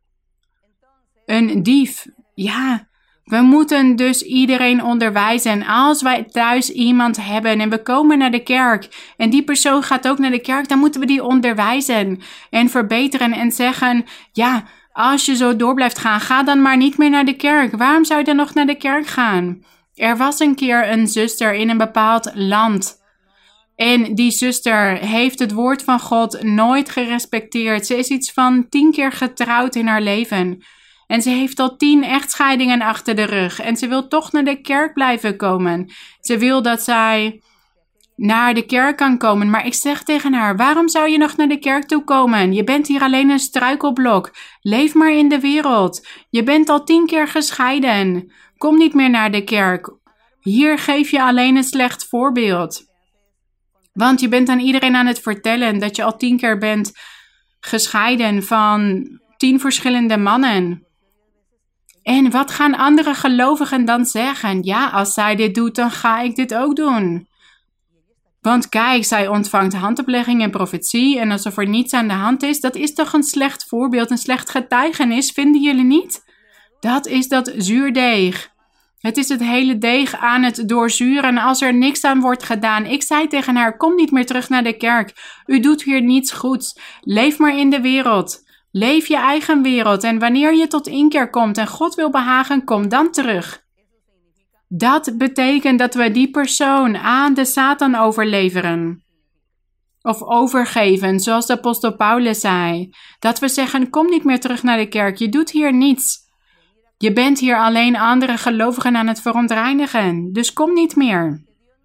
Een dief. Ja, we moeten dus iedereen onderwijzen. Als wij thuis iemand hebben en we komen naar de kerk en die persoon gaat ook naar de kerk, dan moeten we die onderwijzen en verbeteren en zeggen, ja, als je zo door blijft gaan, ga dan maar niet meer naar de kerk. Waarom zou je dan nog naar de kerk gaan? Er was een keer een zuster in een bepaald land En die zuster heeft het woord van God nooit gerespecteerd. Ze is iets van tien keer getrouwd in haar leven. En ze heeft al tien echtscheidingen achter de rug. En ze wil toch naar de kerk blijven komen. Ze wil dat zij naar de kerk kan komen. Maar ik zeg tegen haar, waarom zou je nog naar de kerk toe komen? Je bent hier alleen een struikelblok. Leef maar in de wereld. Je bent al tien keer gescheiden. Kom niet meer naar de kerk. Hier geef je alleen een slecht voorbeeld. Want je bent aan iedereen aan het vertellen dat je al tien keer bent gescheiden van tien verschillende mannen. En wat gaan andere gelovigen dan zeggen? Ja, als zij dit doet, dan ga ik dit ook doen. Want kijk, zij ontvangt handoplegging en profetie en alsof er niets aan de hand is, dat is toch een slecht voorbeeld, een slecht getuigenis, vinden jullie niet? Dat is dat zuurdeeg. Het is het hele deeg aan het doorzuren als er niks aan wordt gedaan. Ik zei tegen haar, kom niet meer terug naar de kerk. U doet hier niets goeds. Leef maar in de wereld. Leef je eigen wereld. En wanneer je tot inkeer komt en God wil behagen, kom dan terug. Dat betekent dat we die persoon aan de Satan overleveren. Of overgeven, zoals de apostel Paulus zei. Dat we zeggen, kom niet meer terug naar de kerk. Je doet hier niets. Je bent hier alleen andere gelovigen aan het verontreinigen. Dus kom niet meer.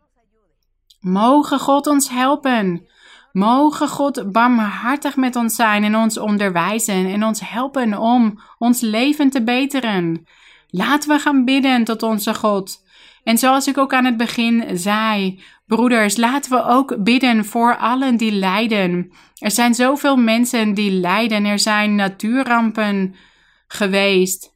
Mogen God ons helpen. Mogen God barmhartig met ons zijn en ons onderwijzen en ons helpen om ons leven te beteren. Laten we gaan bidden tot onze God. En zoals ik ook aan het begin zei, broeders, laten we ook bidden voor allen die lijden. Er zijn zoveel mensen die lijden. Er zijn natuurrampen geweest.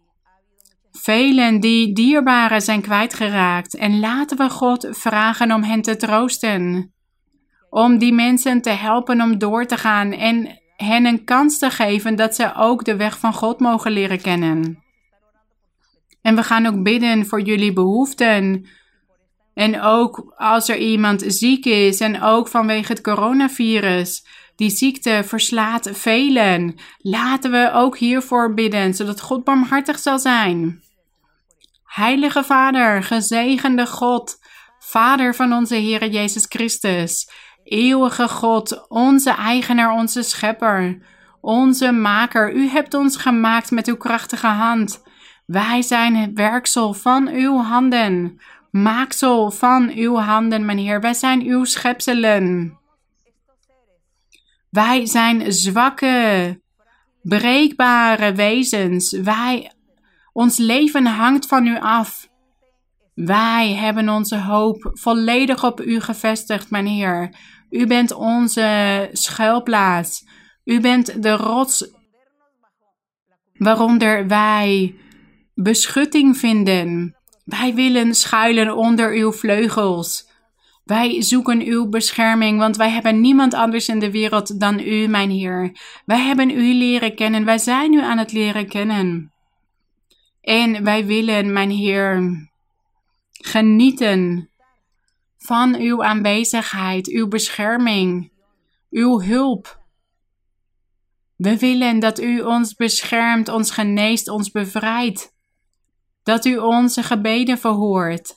Velen die dierbaren zijn kwijtgeraakt. En laten we God vragen om hen te troosten. Om die mensen te helpen om door te gaan en hen een kans te geven dat ze ook de weg van God mogen leren kennen. En we gaan ook bidden voor jullie behoeften. En ook als er iemand ziek is en ook vanwege het coronavirus. Die ziekte verslaat velen. Laten we ook hiervoor bidden, zodat God barmhartig zal zijn. Heilige Vader, gezegende God, Vader van onze Heer Jezus Christus, eeuwige God, onze eigenaar, onze schepper, onze maker. U hebt ons gemaakt met uw krachtige hand. Wij zijn het werksel van uw handen, maaksel van uw handen, mijn Heer. Wij zijn uw schepselen. Wij zijn zwakke, breekbare wezens. Wij, ons leven hangt van u af. Wij hebben onze hoop volledig op u gevestigd, mijn Heer. U bent onze schuilplaats. U bent de rots waaronder wij beschutting vinden. Wij willen schuilen onder uw vleugels. Wij zoeken uw bescherming, want wij hebben niemand anders in de wereld dan u, mijn Heer. Wij hebben u leren kennen. Wij zijn u aan het leren kennen. En wij willen, mijn Heer, genieten van uw aanwezigheid, uw bescherming, uw hulp. We willen dat u ons beschermt, ons geneest, ons bevrijdt. Dat u onze gebeden verhoort.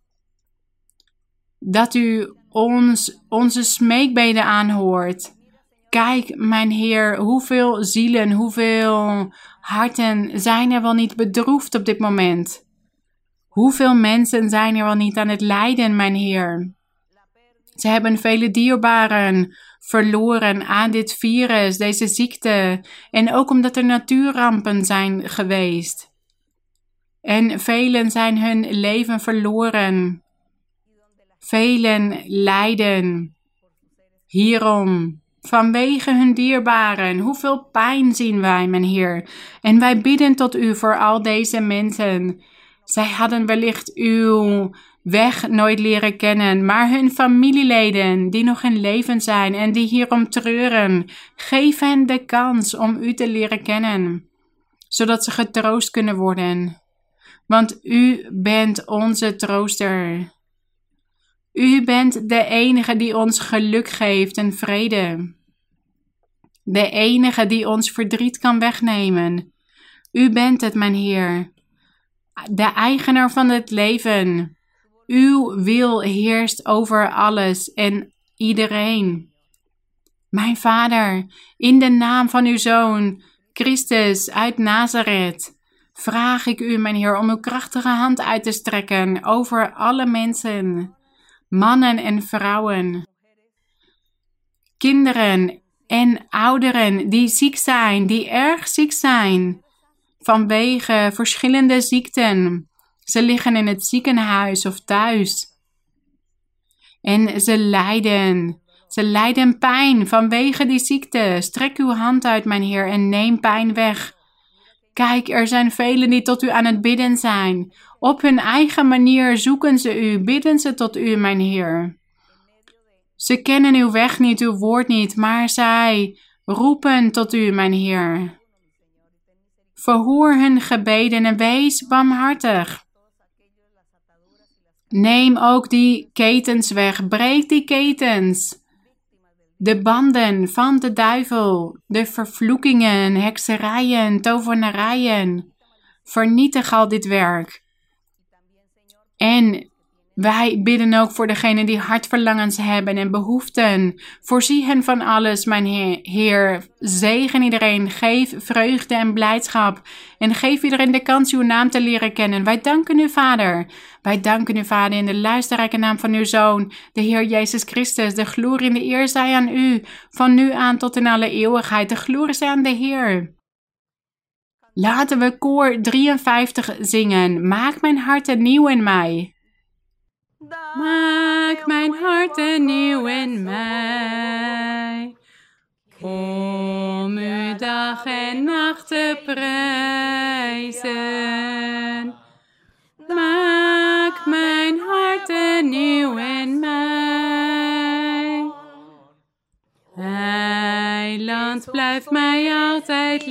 Dat u ons, onze smeekbeden aanhoort. Kijk, mijn Heer, hoeveel zielen, hoeveel harten zijn er wel niet bedroefd op dit moment. Hoeveel mensen zijn er wel niet aan het lijden, mijn Heer. Ze hebben vele dierbaren verloren aan dit virus, deze ziekte. En ook omdat er natuurrampen zijn geweest. En velen zijn hun leven verloren. Velen lijden hierom. Vanwege hun dierbaren. Hoeveel pijn zien wij, mijn Heer. En wij bidden tot u voor al deze mensen. Zij hadden wellicht uw weg nooit leren kennen, maar hun familieleden die nog in leven zijn en die hierom treuren, geef hen de kans om u te leren kennen, zodat ze getroost kunnen worden. Want u bent onze trooster. U bent de enige die ons geluk geeft en vrede. De enige die ons verdriet kan wegnemen. U bent het, mijn Heer. De eigenaar van het leven. uw wil heerst over alles en iedereen. Mijn Vader, in de naam van uw Zoon, Christus uit Nazareth, vraag ik u, mijn Heer, om uw krachtige hand uit te strekken over alle mensen, mannen en vrouwen, kinderen en ouderen die ziek zijn, die erg ziek zijn, vanwege verschillende ziekten. Ze liggen in het ziekenhuis of thuis. En ze lijden. Ze lijden pijn vanwege die ziekte. Strek uw hand uit, mijn Heer, en neem pijn weg. Kijk, er zijn velen die tot u aan het bidden zijn. Op hun eigen manier zoeken ze u, bidden ze tot u, mijn Heer. Ze kennen uw weg niet, uw woord niet, maar zij roepen tot u, mijn Heer. Verhoor hun gebeden en wees barmhartig. Neem ook die ketens weg, breek die ketens. De banden van de duivel, de vervloekingen, hekserijen, tovenarijen. Vernietig al dit werk. En wij bidden ook voor degenen die hartverlangens hebben en behoeften. Voorzie hen van alles, mijn Heer. Zegen iedereen. Geef vreugde en blijdschap. En geef iedereen de kans uw naam te leren kennen. Wij danken u, Vader. Wij danken u, Vader, in de luisterrijke naam van uw Zoon, de Heer Jezus Christus. De glorie en de eer zij aan u, van nu aan tot in alle eeuwigheid. De glorie zij aan de Heer. Laten we koor drieënvijftig zingen. Maak mijn hart nieuw in mij. Maak mijn hart nieuw in mij, om u dag en nacht te prijzen. Maak mijn hart nieuw in mij. Heiland, blijf mij altijd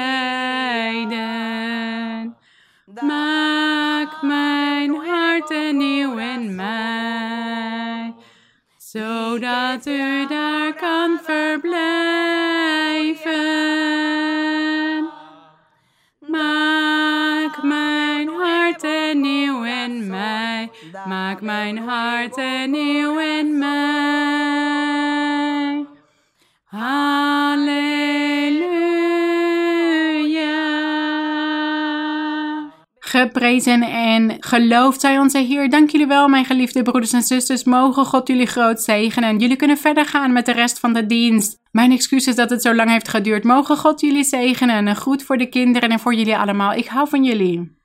leiden. Maak mijn hart nieuw in mij, zodat u daar kan verblijven. Maak mijn hart nieuw in mij, maak mijn hart nieuw in mij. Halleluja. Geprezen en geloofd zij onze Heer. Dank jullie wel, mijn geliefde broeders en zusters. Mogen God jullie groot zegenen. Jullie kunnen verder gaan met de rest van de dienst. Mijn excuses dat het zo lang heeft geduurd. Mogen God jullie zegenen. Een groet voor de kinderen en voor jullie allemaal. Ik hou van jullie.